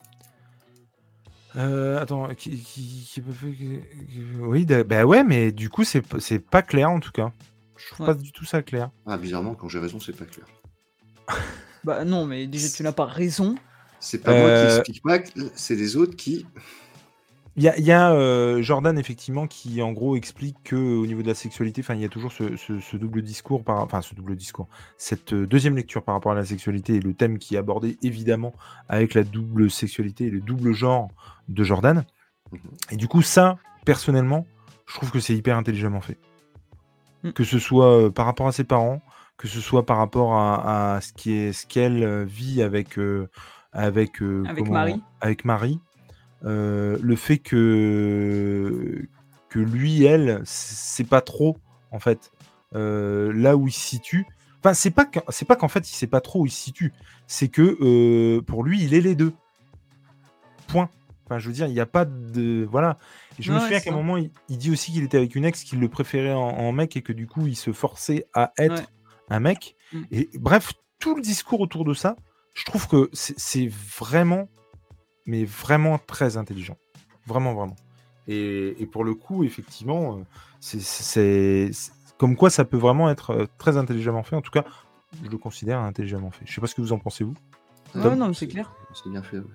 Attends, qui peut faire... Oui, bah ouais, mais du coup, c'est pas clair, en tout cas. Je trouve pas du tout ça clair. Ah, bizarrement, quand j'ai raison, c'est pas clair. Bah non, mais déjà tu n'as pas raison. C'est pas moi qui explique pas, c'est les autres qui... Il y a Jordan, effectivement, qui en gros explique qu'au niveau de la sexualité, il y a toujours ce double discours, ce double discours, cette deuxième lecture par rapport à la sexualité et le thème qui est abordé évidemment avec la double sexualité et le double genre de Jordan. Mhm. Et du coup, ça, personnellement, je trouve que c'est hyper intelligemment fait. Mm. Que ce soit par rapport à ses parents, que ce soit par rapport à ce qu'elle vit avec Marie. avec Marie. Le fait que lui, elle, c'est pas trop, en fait, là où il se situe. Enfin, c'est pas qu'en fait, il sait pas trop où il se situe. C'est que pour lui, il est les deux. Point. Enfin, je veux dire, il n'y a pas de... Voilà. Et je me Ouais, souviens c'est qu'à un ça. moment, il dit aussi qu'il était avec une ex, qu'il le préférait en mec et que du coup, il se forçait à être Ouais. un mec. Mm. Et bref, tout le discours autour de ça, je trouve que c'est vraiment, mais vraiment très intelligent. Vraiment, vraiment. Et pour le coup, effectivement, c'est comme quoi ça peut vraiment être très intelligemment fait. En tout cas, je le considère intelligemment fait. Je sais pas ce que vous en pensez, vous. Ouais, non, mais c'est clair. C'est bien fait, ouais.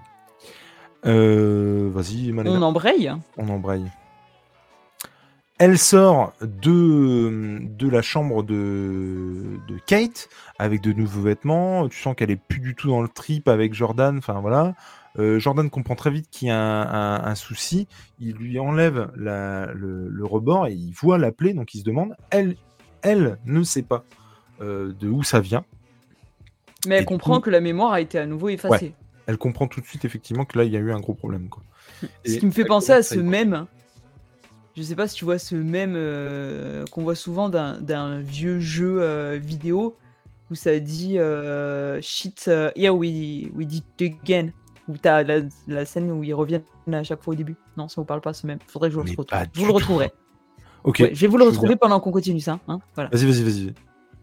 Vas-y, Malena. On embraye. On embraye. Elle sort de la chambre de Kate avec de nouveaux vêtements. Tu sens qu'elle est plus du tout dans le trip avec Jordan. Enfin voilà. Jordan comprend très vite qu'il y a un souci. Il lui enlève le rebord et il voit la plaie. Donc il se demande. Elle ne sait pas de où ça vient. Mais elle Et du comprend coup- que la mémoire a été à nouveau effacée. Elle comprend tout de suite effectivement que là il y a eu un gros problème, quoi. Ce Et qui me fait elle penser à commence ce y- mème. Je sais pas si tu vois ce mème qu'on voit souvent d'un vieux jeu vidéo où ça dit shit, yeah, we did it again. Où t'as la scène où ils reviennent à chaque fois au début. Non, ça vous parle pas ce mème. Faudrait que je Mais le retrouve. pas Je vous du le tout. retrouverai. Ok. Ouais, je vais vous le je veux retrouver bien. pendant qu'on continue ça. Hein, voilà. Vas-y.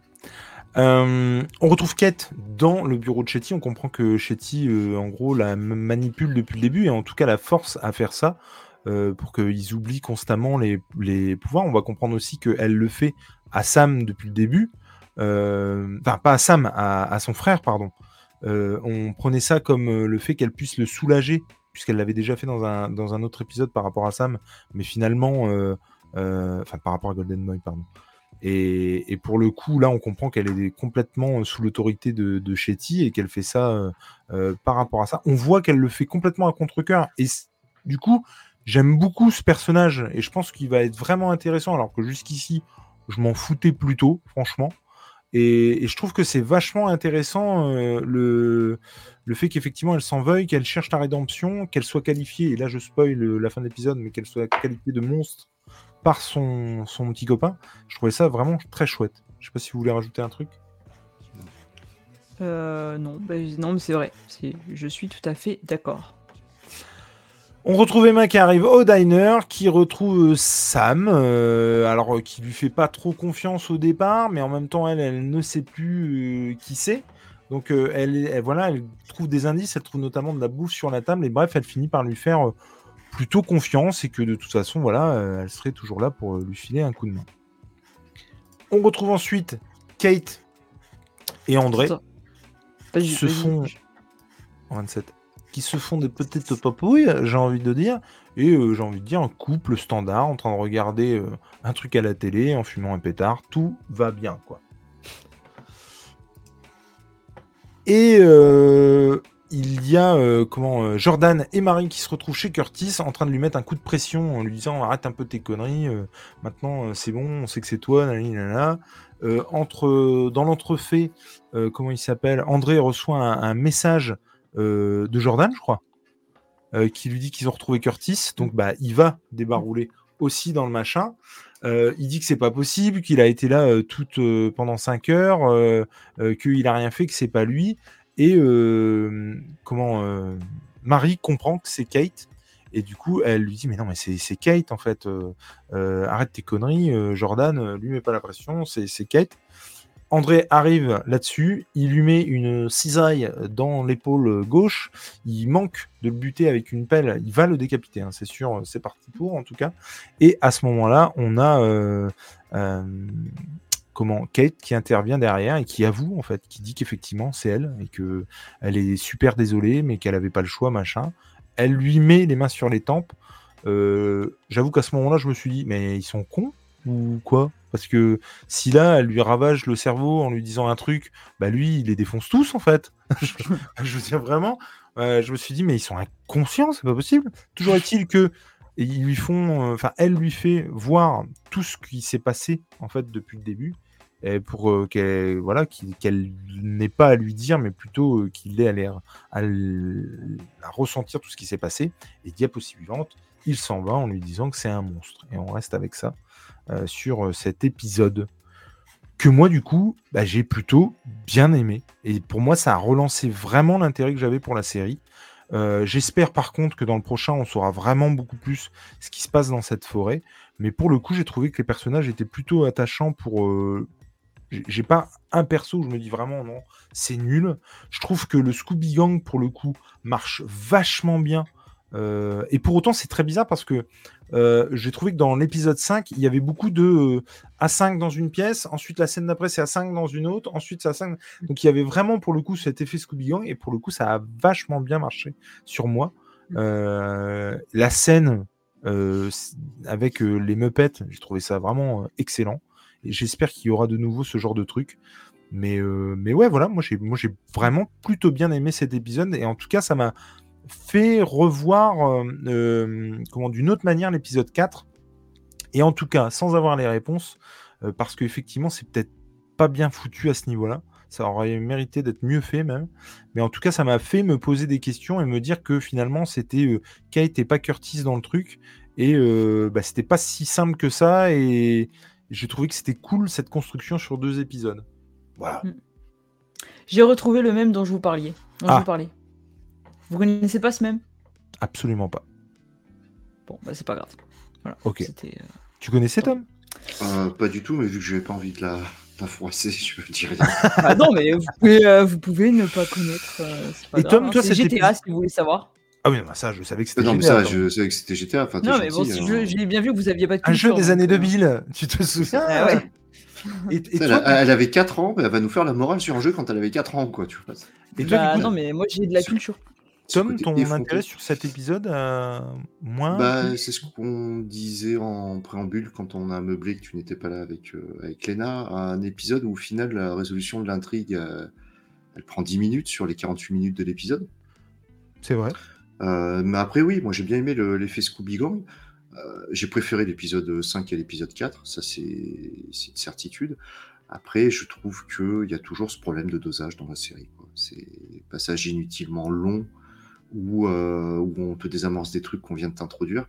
On retrouve Kate dans le bureau de Shetty. On comprend que Shetty, en gros, la manipule depuis le début et en tout cas la force à faire ça pour qu'ils oublient constamment les pouvoirs. On va comprendre aussi qu'elle le fait à Sam depuis le début. Enfin, pas à Sam, à son frère, pardon. On prenait ça comme le fait qu'elle puisse le soulager, puisqu'elle l'avait déjà fait dans un autre épisode par rapport à Sam, mais finalement, enfin, par rapport à Golden Boy, pardon. Et pour le coup, là, on comprend qu'elle est complètement sous l'autorité de Shetty et qu'elle fait ça par rapport à ça. On voit qu'elle le fait complètement à contre-cœur. Et du coup, j'aime beaucoup ce personnage et je pense qu'il va être vraiment intéressant, alors que jusqu'ici, je m'en foutais plutôt, franchement. Et je trouve que c'est vachement intéressant le fait qu'effectivement elle s'en veuille, qu'elle cherche la rédemption, qu'elle soit qualifiée, et là je spoil la fin de l'épisode, mais qu'elle soit qualifiée de monstre par son petit copain. Je trouvais ça vraiment très chouette. Je sais pas si vous voulez rajouter un truc. Non, non, mais c'est vrai. Je suis tout à fait d'accord. On retrouve Emma qui arrive au diner, qui retrouve Sam, alors qui lui fait pas trop confiance au départ, mais en même temps elle ne sait plus qui c'est. Donc elle trouve des indices, elle trouve notamment de la bouffe sur la table, et bref, elle finit par lui faire plutôt confiance et que de toute façon, voilà, elle serait toujours là pour lui filer un coup de main. On retrouve ensuite Kate et André Attends. qui se font en 27. Qui se font des petites papouilles, j'ai envie de dire, et j'ai envie de dire un couple standard en train de regarder un truc à la télé en fumant un pétard, tout va bien, quoi. Et il y a Jordan et Marie qui se retrouvent chez Curtis en train de lui mettre un coup de pression en lui disant arrête un peu tes conneries, maintenant c'est bon, on sait que c'est toi, nanana. Dans l'entrefait, comment il s'appelle, André reçoit un message de Jordan, je crois, qui lui dit qu'ils ont retrouvé Curtis, donc il va débarrouler aussi dans le machin. Il dit que c'est pas possible, qu'il a été là pendant 5 heures, qu'il a rien fait, que c'est pas lui. Et Marie comprend que c'est Kate. Et du coup, elle lui dit mais non, mais c'est Kate en fait. Arrête tes conneries, Jordan, lui met pas la pression, c'est Kate. André arrive là-dessus, il lui met une cisaille dans l'épaule gauche, il manque de le buter avec une pelle, il va le décapiter, hein, c'est sûr, c'est parti pour en tout cas. Et à ce moment-là, on a Kate qui intervient derrière et qui avoue en fait, qui dit qu'effectivement c'est elle et que elle est super désolée, mais qu'elle avait pas le choix, machin. elle lui met les mains sur les tempes. J'avoue qu'à ce moment-là, je me suis dit, mais ils sont cons ou quoi? Parce que si là, elle lui ravage le cerveau en lui disant un truc, bah lui, il les défonce tous en fait. Je veux dire vraiment, je me suis dit, mais ils sont inconscients, c'est pas possible. Toujours est-il que ils lui font, enfin, elle lui fait voir tout ce qui s'est passé en fait depuis le début, et pour qu'elle n'ait pas à lui dire, mais plutôt qu'il ait à ressentir tout ce qui s'est passé. Et diapo suivante, il s'en va en lui disant que c'est un monstre. Et on reste avec ça sur cet épisode que moi, du coup, j'ai plutôt bien aimé. Et pour moi, ça a relancé vraiment l'intérêt que j'avais pour la série. J'espère par contre que dans le prochain, on saura vraiment beaucoup plus ce qui se passe dans cette forêt. Mais pour le coup, j'ai trouvé que les personnages étaient plutôt attachants pour... J'ai pas un perso où je me dis vraiment non, c'est nul. Je trouve que le Scooby Gang, pour le coup, marche vachement bien. Et pour autant, c'est très bizarre parce que j'ai trouvé que dans l'épisode 5, il y avait beaucoup de A5 dans une pièce, ensuite la scène d'après, c'est A5 dans une autre, ensuite c'est A5. Donc il y avait vraiment, pour le coup, cet effet Scooby Gang, et pour le coup, ça a vachement bien marché sur moi. La scène avec les Muppets, j'ai trouvé ça vraiment excellent. Et j'espère qu'il y aura de nouveau ce genre de truc. Mais ouais, voilà, moi j'ai vraiment plutôt bien aimé cet épisode. Et en tout cas, ça m'a fait revoir d'une autre manière l'épisode 4. Et en tout cas, sans avoir les réponses, parce qu'effectivement, c'est peut-être pas bien foutu à ce niveau-là. Ça aurait mérité d'être mieux fait même. Mais en tout cas, ça m'a fait me poser des questions et me dire que finalement, c'était Kate et pas Curtis dans le truc. Et c'était pas si simple que ça. Et j'ai trouvé que c'était cool cette construction sur 2 épisodes. Voilà. J'ai retrouvé le même dont je vous parlais. Vous connaissez pas ce même? Absolument pas. Bon, c'est pas grave. Voilà. Ok. Tu connaissais, Tom? Pas du tout, mais vu que j'avais pas envie de la froisser, je veux dire rien. Ah non, mais vous pouvez ne pas connaître. Et Tom, toi, c'est GTA, si vous voulez savoir. Ah oui, ça, je savais que c'était GTA. Non, mais ça, je savais que c'était GTA. Enfin, non, mais bon, j'ai bien vu que vous aviez pas de culture. Un jeu des années 2000, tu te souviens? Ah ouais. Elle avait 4 ans, mais elle va nous faire la morale sur un jeu quand elle avait 4 ans, quoi. Tu vois. Et toi, non, mais moi, j'ai de la culture. Tom, ton intérêt sur cet épisode, moins? C'est ce qu'on disait en préambule quand on a meublé que tu n'étais pas là avec Léna. Un épisode où, au final, la résolution de l'intrigue, elle prend 10 minutes sur les 48 minutes de l'épisode. C'est vrai. Mais après, oui, moi j'ai bien aimé l'effet Scooby Gang. J'ai préféré l'épisode 5 à l'épisode 4, ça c'est une certitude. Après, je trouve qu'il y a toujours ce problème de dosage dans la série, quoi. C'est des passages inutilement longs où on te désamorce des trucs qu'on vient de t'introduire.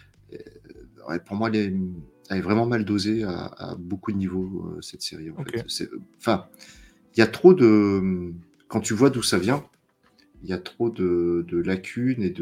Pour moi, elle est vraiment mal dosée à beaucoup de niveaux, cette série. En fait. Enfin, il y a trop de... Quand tu vois d'où ça vient, il y a trop de lacunes et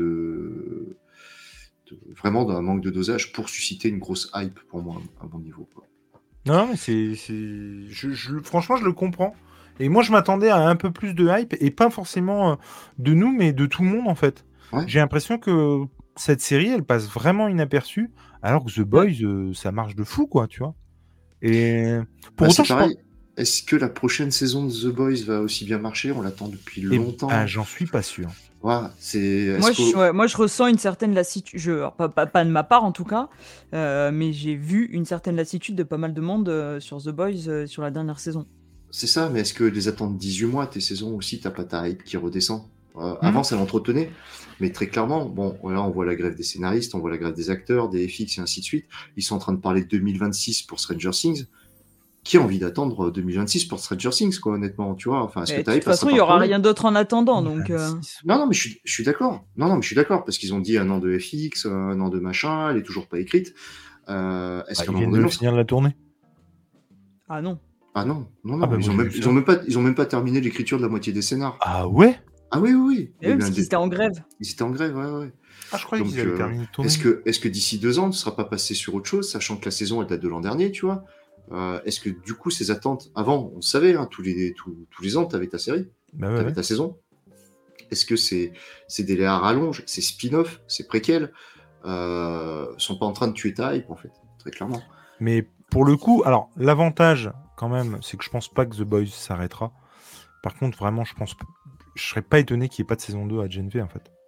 vraiment d'un manque de dosage pour susciter une grosse hype pour moi à mon niveau, quoi. Non, mais franchement, je le comprends. Et moi, je m'attendais à un peu plus de hype, et pas forcément de nous, mais de tout le monde, en fait. Ouais. J'ai l'impression que cette série, elle passe vraiment inaperçue, alors que The Boys, ça marche de fou, quoi, tu vois. Et pour autant, c'est pareil. Est-ce que la prochaine saison de The Boys va aussi bien marcher? On l'attend depuis longtemps. J'en suis pas sûr. Voilà, moi, je ressens une certaine lassitude, pas de ma part en tout cas, mais j'ai vu une certaine lassitude de pas mal de monde sur The Boys sur la dernière saison. C'est ça, mais est-ce que les attentes 18 mois, tes saisons aussi, t'as pas ta hype qui redescend? Avant, ça l'entretenait, mais très clairement, bon, là, on voit la grève des scénaristes, on voit la grève des acteurs, des FX et ainsi de suite. Ils sont en train de parler de 2026 pour Stranger Things. Qui a envie d'attendre 2026 pour Stranger Things, quoi, honnêtement, tu vois? Enfin, est-ce que de toute façon, il n'y aura rien d'autre en attendant, donc... Non, mais je suis d'accord. Non, mais je suis d'accord, parce qu'ils ont dit un an de FX, un an de machin, elle est toujours pas écrite. Est-ce ils viennent de finir de la tournée? Ah non. Ah non. Ils ont même pas terminé l'écriture de la moitié des scénars. Ah ouais? Ah oui. Et même parce qu'ils étaient en grève. Ils étaient en grève, ouais. Ah, je croyais qu'ils avaient terminé de tourner. Est-ce que d'ici 2 ans, tu ne seras pas passé sur autre chose, sachant que la saison, elle date de l'an dernier, tu vois? Est-ce que du coup, ces attentes, avant, on savait, hein, tous les ans, tu avais ta série, tu avais ta saison. Est-ce que ces délais à rallonge, ces spin-offs, ces préquels, sont pas en train de tuer ta hype, en fait, très clairement. Mais pour le coup, alors, l'avantage, quand même, c'est que je pense pas que The Boys s'arrêtera. Par contre, vraiment, je serais pas étonné qu'il n'y ait pas de saison 2 à GNV, en fait.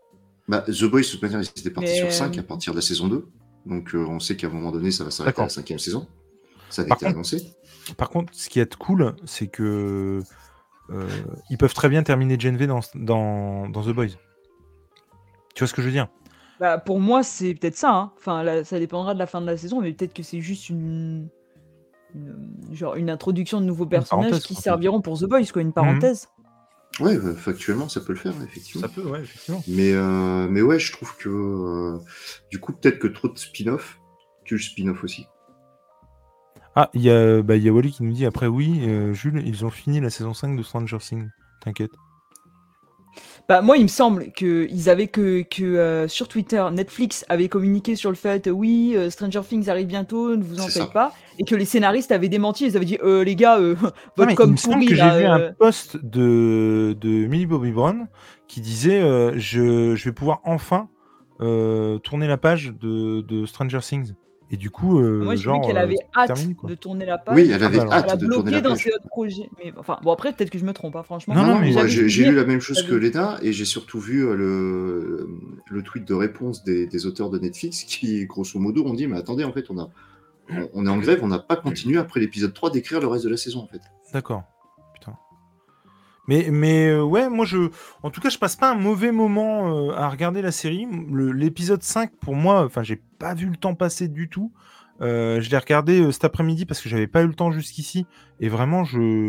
Bah, The Boys, de toute manière, ils étaient partis sur Mais 5 à partir de la saison 2. Donc, on sait qu'à un moment donné, ça va s'arrêter à la D'accord. 5e saison. Ça avait Par été contre, annoncé. ce qui est cool, c'est que ils peuvent très bien terminer Gen V dans The Boys. Tu vois ce que je veux dire? bah, pour moi, c'est peut-être ça. Hein. Enfin, ça dépendra de la fin de la saison, mais peut-être que c'est juste genre une introduction de nouveaux Une personnages parenthèse, qui quoi. serviront pour The Boys, quoi, une Mhm. parenthèse. Ouais, bah, factuellement, ça peut le faire, effectivement. Ça peut, ouais, effectivement. Mais ouais, je trouve que du coup, peut-être que trop de spin-off tue le spin-off aussi. Ah, il y a Wally qui nous dit après, oui, Jules, ils ont fini la saison 5 de Stranger Things. T'inquiète. Bah, moi, il me semble qu'ils avaient que sur Twitter, Netflix avait communiqué sur le fait oui, Stranger Things arrive bientôt, ne vous en C'est faites ça. pas, et que les scénaristes avaient démenti, ils avaient dit les gars, Non, votre mais il com me semble pourri que j'ai là. vu un post de Millie Bobby Brown qui disait je vais pouvoir enfin tourner la page de Stranger Things. Et du coup, Moi, j'ai vu genre, qu'elle avait c'est hâte terminé, quoi. de tourner la Oui, page. elle Ah avait bah alors. Elle hâte a de tourner la bloqué dans page. ses autres projets. Mais enfin, bon, après, peut-être que je me trompe, hein, franchement. Non, non, mais moi, j'avais j'ai souvenir lu la même chose qu'elle que avait- Lena et j'ai surtout vu le tweet de réponse des auteurs de Netflix qui, grosso modo, ont dit mais attendez, en fait, on est en grève, on n'a pas continué après l'épisode 3 d'écrire le reste de la saison, en fait. D'accord. Putain. Mais ouais, moi, en tout cas, je passe pas un mauvais moment à regarder la série. L'épisode 5, pour moi, enfin, j'ai pas vu le temps passer du tout. Je l'ai regardé cet après-midi parce que j'avais pas eu le temps jusqu'ici. Et vraiment,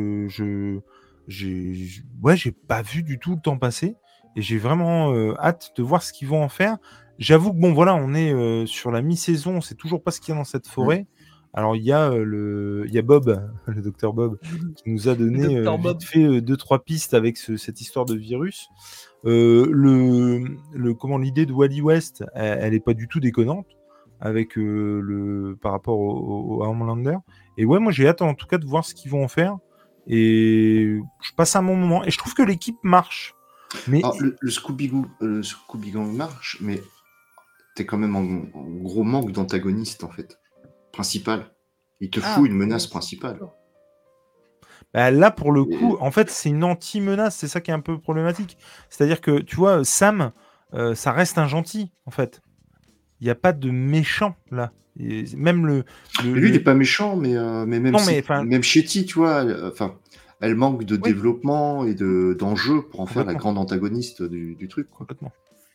j'ai pas vu du tout le temps passer. Et j'ai vraiment hâte de voir ce qu'ils vont en faire. J'avoue que bon, voilà, on est sur la mi-saison, on sait toujours pas ce qu'il y a dans cette forêt. Alors, il y a Bob, le docteur Bob, qui nous a donné Dr. vite Bob. fait 2-3 pistes avec cette histoire de virus. Comment l'idée de Wally West, elle est pas du tout déconnante avec par rapport à Homelander. Et ouais, moi j'ai hâte en tout cas de voir ce qu'ils vont en faire. Et je passe un bon moment. Et je trouve que l'équipe marche. Mais Alors, le Scooby Gang marche, mais t'es quand même en gros manque d'antagoniste, en fait. Principal. Il te fout une menace principale. bah, là, pour le Et- coup, en fait, c'est une anti-menace. C'est ça qui est un peu problématique. C'est-à-dire que, tu vois, Sam, ça reste un gentil, en fait. Il n'y a pas de méchant, là. Et même Mais lui, il n'est pas méchant, mais même, Non, mais, enfin- même Shetty, tu vois, elle manque de Oui. développement et d'enjeu pour en faire la Complètement. grande antagoniste du truc, quoi. Complètement.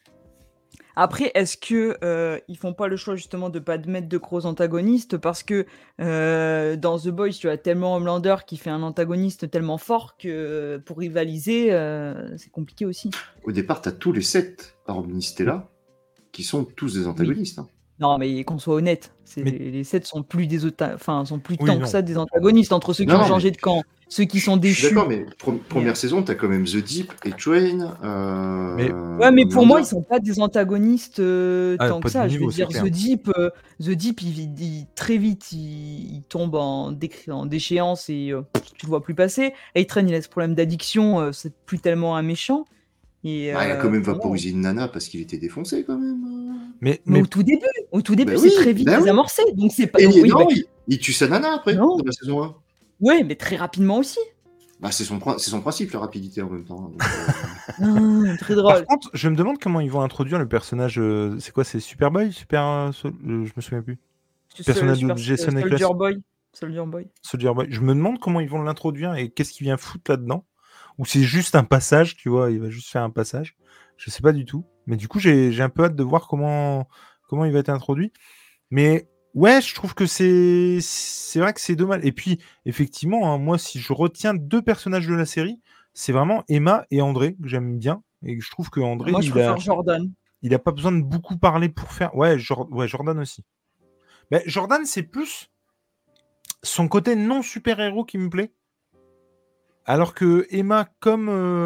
Après, est-ce que ils font pas le choix justement de pas mettre de gros antagonistes parce que dans The Boys, tu as tellement Homelander qui fait un antagoniste tellement fort que pour rivaliser, c'est compliqué aussi. Au départ, tu as tous les 7 hormis là qui sont tous des antagonistes. Hein. Non, mais qu'on soit honnête, Mais- les 7 sont plus sont plus Oui, tant non. que ça des antagonistes entre ceux qui Non, ont mais- changé de camp, ceux qui sont Je suis déchus. d'accord, mais première saison, tu as quand même The Deep et Train. Ouais, mais pour moi, Homelander. ils sont pas des antagonistes tant pas que ça. du Je veux niveau, c'est dire, clair. The Deep, très vite, il tombe en déchéance et tu le vois plus passer. A-Train, il a ce problème d'addiction, c'est plus tellement un méchant. Et, Bah, il a quand même pour moi, vaporisé une nana parce qu'il était défoncé, quand même. Mais mais au tout début, Bah c'est oui, très vite bah oui. désamorcé. Donc c'est pas. Et Donc, oui, non, bah, il tue sa nana après, Non. dans la saison 1. ouais, mais très rapidement aussi. Bah, c'est son principe, la rapidité en même temps. Donc, Très par drôle. contre, je me demande comment ils vont introduire le personnage. C'est quoi, c'est Superboy je me souviens plus. Personnage de Jason Ackles. Soldier Boy. Soldier Boy. Je me demande comment ils vont l'introduire et qu'est-ce qu'il vient foutre là-dedans. Ou c'est juste un passage, tu vois, il va juste faire un passage. Je sais pas du tout. Mais du coup, j'ai un peu hâte de voir comment il va être introduit. Mais ouais, je trouve que c'est vrai que c'est dommage. Et puis, effectivement, hein, moi, si je retiens 2 personnages de la série, c'est vraiment Emma et André, que j'aime bien. Et je trouve que André, Moi, je préfère Jordan. il a pas besoin de beaucoup parler pour faire. Ouais, Jordan aussi. Mais Jordan, c'est plus son côté non super-héros qui me plaît. Alors que Emma, comme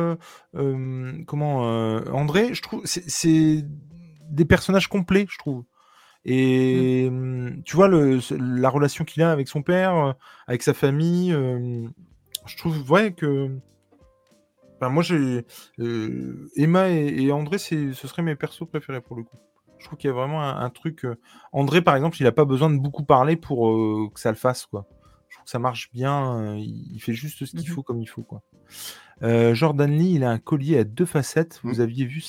André, je trouve c'est des personnages complets, je trouve. Et tu vois la relation qu'il a avec son père, avec sa famille, je trouve ouais que. Enfin, moi, j'ai Emma et André, ce seraient mes persos préférés pour le coup. Je trouve qu'il y a vraiment un truc. André, par exemple, il a pas besoin de beaucoup parler pour que ça le fasse, quoi. Je trouve que ça marche bien. Il fait juste ce qu'il faut comme il faut, quoi. Jordan Lee, il a un collier à 2 facettes. Vous aviez vu cela?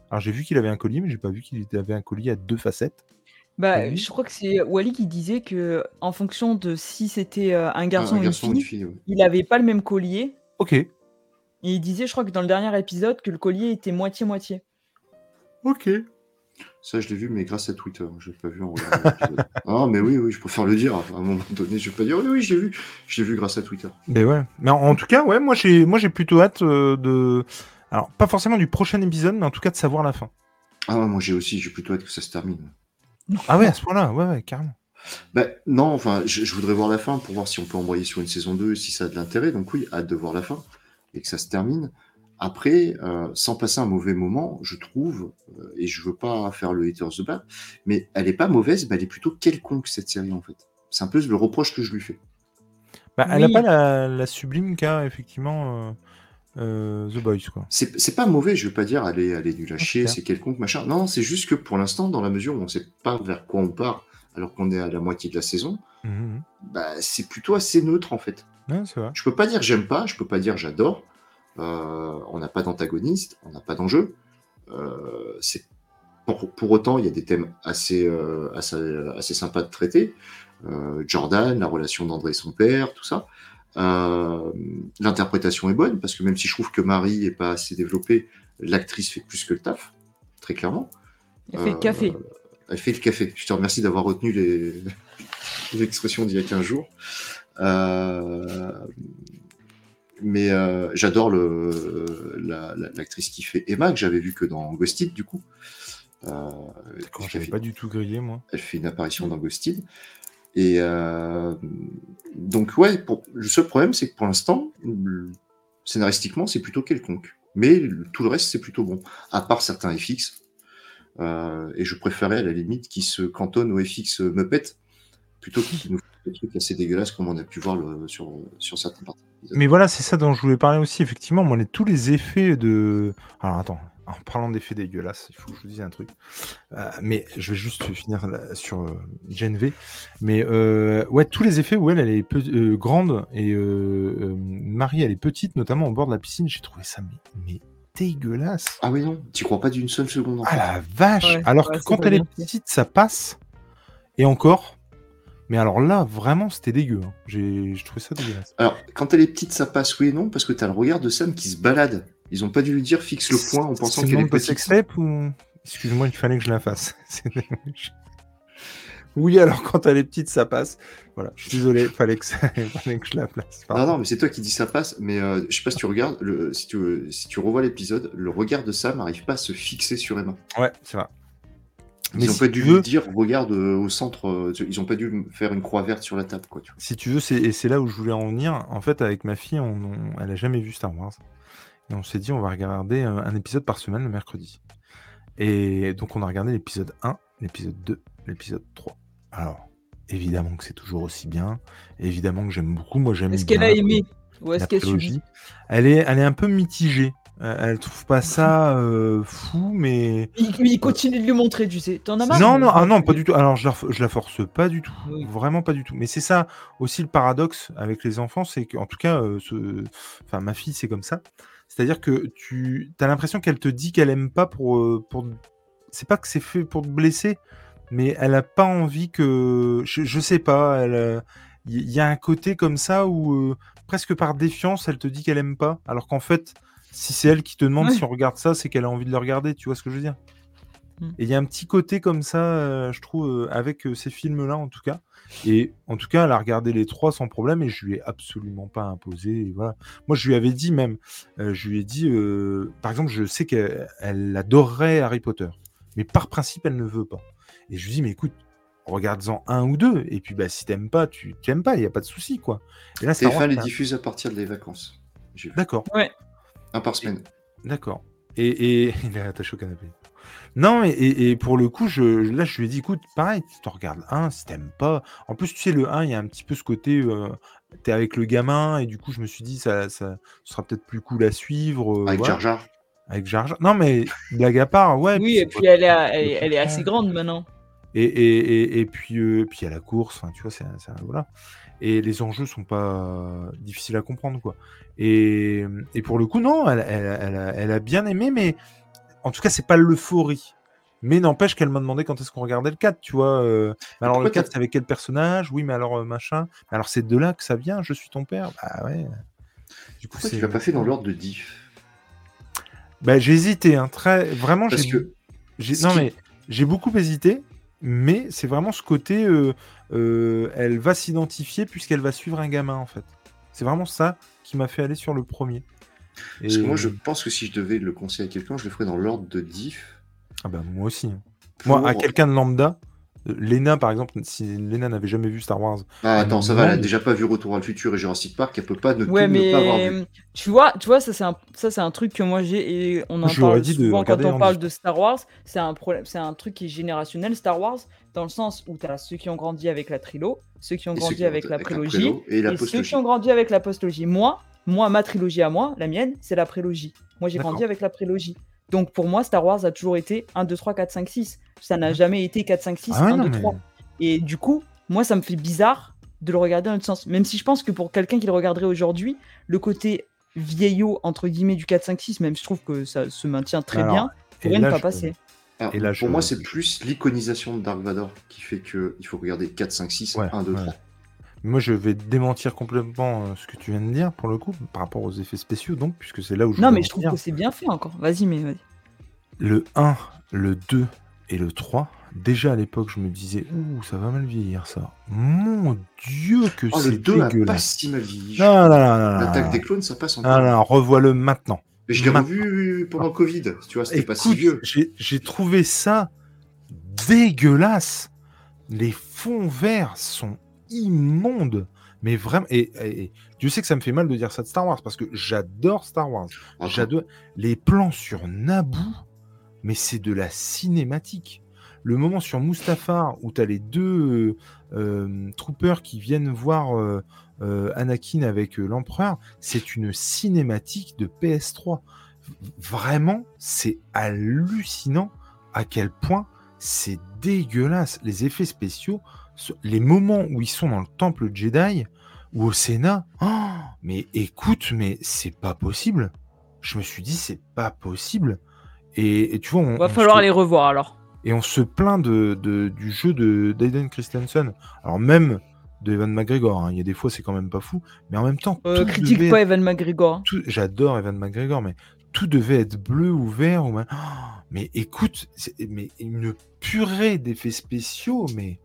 Alors j'ai vu qu'il avait un collier, mais j'ai pas vu qu'il avait un collier à 2 facettes. Bah, Oui. je crois que c'est Wally qui disait que en fonction de si c'était, un garçon Un ou une garçon ou une fille, fille, ouais. il avait pas le même collier OK, et il disait, je crois que dans le dernier épisode, que le collier était moitié-moitié. OK. Ça, je l'ai vu, mais grâce à Twitter. Je l'ai pas vu en regardant l'épisode. Ah, mais oui, je préfère le dire. À un moment donné, je vais pas dire oui, j'ai vu. Je l'ai vu grâce à Twitter. Mais ouais. Mais en tout cas, ouais, moi j'ai plutôt hâte de. Alors, pas forcément du prochain épisode, mais en tout cas de savoir la fin. Ah, ouais, moi j'ai plutôt hâte que ça se termine. Ah ouais, à ce point-là, ouais, carrément. Ben, non, enfin, je voudrais voir la fin pour voir si on peut envoyer sur une saison 2, si ça a de l'intérêt. Donc oui, hâte de voir la fin et que ça se termine. Après, sans passer un mauvais moment, je trouve, et je veux pas faire le haters the bad, mais elle est pas mauvaise, mais elle est plutôt quelconque, cette série, en fait. C'est un peu le reproche que je lui fais. Bah, elle a Oui. pas la sublime qu'a effectivement The Boys, quoi. C'est pas mauvais, je veux pas dire, elle est nulle à chier, clair. c'est quelconque, machin. Non, c'est juste que pour l'instant, dans la mesure où on sait pas vers quoi on part, alors qu'on est à la moitié de la saison, Mhm. bah, c'est plutôt assez neutre, en fait. Ouais, c'est vrai. Je peux pas dire j'aime pas, je peux pas dire j'adore. On n'a pas d'antagoniste, on n'a pas d'enjeu. C'est pour autant, il y a des thèmes assez sympas de traiter. Jordan, la relation d'André et son père, tout ça. L'interprétation est bonne, parce que même si je trouve que Marie est pas assez développée, l'actrice fait plus que le taf, très clairement. Elle fait le café. Elle fait le café. Je te remercie d'avoir retenu l'expression d'il y a 15 jours. Mais j'adore l'actrice qui fait Emma, que j'avais vu que dans Ghosted, du coup. D'accord, j'avais pas du tout grillé, moi. Elle fait une apparition dans Ghosted. Et donc, ouais, le seul problème, c'est que pour l'instant, scénaristiquement, c'est plutôt quelconque. Mais tout le reste, c'est plutôt bon. À part certains FX. Et je préférais, à la limite, qu'ils se cantonnent au FX Muppet, plutôt qu'ils nous fassent des trucs assez dégueulasses, comme on a pu voir sur certaines parties. Mais voilà, c'est ça dont je voulais parler aussi, effectivement. Moi, tous les effets de. Alors, attends, en parlant d'effets dégueulasses, il faut que je vous dise un truc. Mais je vais juste finir sur Gen V. Mais ouais, tous les effets où elle est grande et Marie, elle est petite, notamment au bord de la piscine, j'ai trouvé ça mais dégueulasse. Ah oui, non, tu crois pas d'une seule seconde en Ah fait. la vache! Ouais, Alors ouais, que c'est quand pas elle est bien fait. petite, ça passe. Et encore. Mais alors là, vraiment, c'était dégueu. Hein. J'ai trouvé ça dégueulasse. Alors, quand elle est petite, ça passe, oui et non, parce que t'as le regard de Sam qui se balade. Ils ont pas dû lui dire fixe le point en pensant qu'elle est de petite. sextape ou... Excuse-moi, il fallait que je la fasse. Oui, alors quand elle est petite, ça passe. Voilà, je suis désolé, fallait que je la place. Non, mais c'est toi qui dis ça passe, mais je sais pas si tu regardes, si tu revois l'épisode, le regard de Sam n'arrive pas à se fixer sur Emma. Ouais, c'est vrai. Ils n'ont pas dû lui dire regarde au centre, ils ont pas dû faire une croix verte sur la table, quoi. Tu vois. Si tu veux, c'est là où je voulais en venir. En fait, avec ma fille, elle a jamais vu Star Wars. Et on s'est dit, on va regarder un épisode par semaine le mercredi. Et donc, on a regardé l'épisode 1, l'épisode 2, l'épisode 3. Alors, évidemment que c'est toujours aussi bien. Évidemment que j'aime beaucoup. Moi, j'aime Est-ce qu'elle a aimé ou est-ce la qu'elle trilogie. subit? Elle est un peu mitigée. Elle trouve pas ça fou, mais... Il continue de lui montrer, tu sais. T'en as marre? Non, pas du tout. Alors, je la force pas du tout. Oui. Vraiment pas du tout. Mais c'est ça aussi le paradoxe avec les enfants, c'est qu'en tout cas, ma fille, c'est comme ça. C'est-à-dire que tu as l'impression qu'elle te dit qu'elle aime pas pour... C'est pas que c'est fait pour te blesser, mais elle a pas envie que... Je sais pas, il y a un côté comme ça où, presque par défiance, elle te dit qu'elle aime pas, alors qu'en fait... Si c'est elle qui te demande si on regarde ça, c'est qu'elle a envie de le regarder, tu vois ce que je veux dire? Et il y a un petit côté comme ça, je trouve, avec ces films-là, en tout cas. Et en tout cas, elle a regardé les 3 sans problème et je lui ai absolument pas imposé. Et voilà. Moi, je lui avais dit même, par exemple, je sais qu'elle adorerait Harry Potter. Mais par principe, elle ne veut pas. Et je lui dis, mais écoute, regarde-en 1 ou 2. Et puis, si t'aimes pas, tu t'aimes pas, il n'y a pas de souci, quoi. Et là, TF1 les diffuse à partir des vacances. D'accord. Ouais. 1 par semaine. D'accord. Et il est attaché au canapé. Non, et pour le coup, je lui ai dit, écoute, pareil, tu te regardes 1, si t'aimes pas. En plus, tu sais, le 1, il y a un petit peu ce côté, t'es avec le gamin, et du coup, je me suis dit, ça sera peut-être plus cool à suivre. Avec voilà. Jar Jar. Avec Jar Jar. Non, mais blague à part, ouais. Oui, et puis elle est assez grande maintenant. Et puis il y a la course, tu vois, voilà. Et les enjeux sont pas difficiles à comprendre, quoi. Et pour le coup, non, elle a bien aimé, mais en tout cas, c'est pas l'euphorie. Mais n'empêche qu'elle m'a demandé quand est-ce qu'on regardait le 4, tu vois. Mais alors, le Pourquoi 4, c'est avec quel personnage? Oui, mais alors, machin. Mais alors, c'est de là que ça vient, je suis ton père. Bah ouais. Du coup, Pourquoi tu l'as pas fait dans l'ordre de diff? Bah, j'ai hésité, hein, vraiment, Parce que non, mais j'ai beaucoup hésité, mais c'est vraiment ce côté, elle va s'identifier puisqu'elle va suivre un gamin, en fait. C'est vraiment ça qui m'a fait aller sur le premier. Parce que moi, je pense que si je devais le conseiller à quelqu'un, je le ferais dans l'ordre de diff. Ah bah moi aussi. Moi, à quelqu'un de lambda, Léna, par exemple, si Léna n'avait jamais vu Star Wars... Ah, attends, ça va, elle a déjà pas vu Retour à le futur et Jurassic Park, elle peut pas ne pas avoir vu. Tu vois, ça c'est un truc que moi j'ai et on en parle souvent quand on parle de Star Wars. C'est un problème, c'est un truc qui est générationnel, Star Wars, dans le sens où tu as ceux qui ont grandi avec la trilo, ceux qui ont grandi avec la prélogie et ceux qui ont grandi avec la postlogie. Moi, ma trilogie à moi, la mienne, c'est la prélogie. Moi, j'ai grandi avec la prélogie. Donc pour moi, Star Wars a toujours été 1, 2, 3, 4, 5, 6. Ça n'a jamais été 4, 5, 6, 1, 2, 3. Et du coup, moi, ça me fait bizarre de le regarder dans l'autre sens. Même si je pense que pour quelqu'un qui le regarderait aujourd'hui, le côté vieillot, entre guillemets, du 4, 5, 6, même si je trouve que ça se maintient très bien, pourrait ne pas passer. Alors, et là, pour moi, c'est plus l'iconisation de Dark Vador qui fait qu'il faut regarder 4, 5, 6, 1, 2, 3. Moi, je vais démentir complètement ce que tu viens de dire, pour le coup, par rapport aux effets spéciaux, donc, puisque c'est là où je... Non, mais je trouve que c'est bien fait encore. Vas-y. Le 1, le 2 et le 3, déjà à l'époque, je me disais, ouh, ça va mal vieillir, ça. Mon Dieu, que c'est le 2 dégueulasse. a pas si mal vieilli. L'attaque des clones, ça passe encore. Non, revois-le maintenant. Mais je l'ai revu pendant le Covid, tu vois, c'était pas si vieux. J'ai trouvé ça dégueulasse. Les fonds verts sont immondes. Mais vraiment, et Dieu sait que ça me fait mal de dire ça de Star Wars, parce que j'adore Star Wars. J'adore les plans sur Naboo, mais c'est de la cinématique. Le moment sur Mustafar, où tu as les deux troopers qui viennent voir Anakin avec l'Empereur, c'est une cinématique de PS3. Vraiment, c'est hallucinant à quel point c'est dégueulasse. Les effets spéciaux, les moments où ils sont dans le temple Jedi ou au Sénat, mais écoute, mais c'est pas possible. Je me suis dit, c'est pas possible. Et tu vois, va falloir les revoir alors. Et on se plaint du jeu d'Aiden Christensen. Alors même de Evan McGregor, hein. Il y a des fois c'est quand même pas fou, mais en même temps... critique pas Evan McGregor. J'adore Evan McGregor, mais tout devait être bleu ou vert. Mais écoute, mais une purée d'effets spéciaux, mais...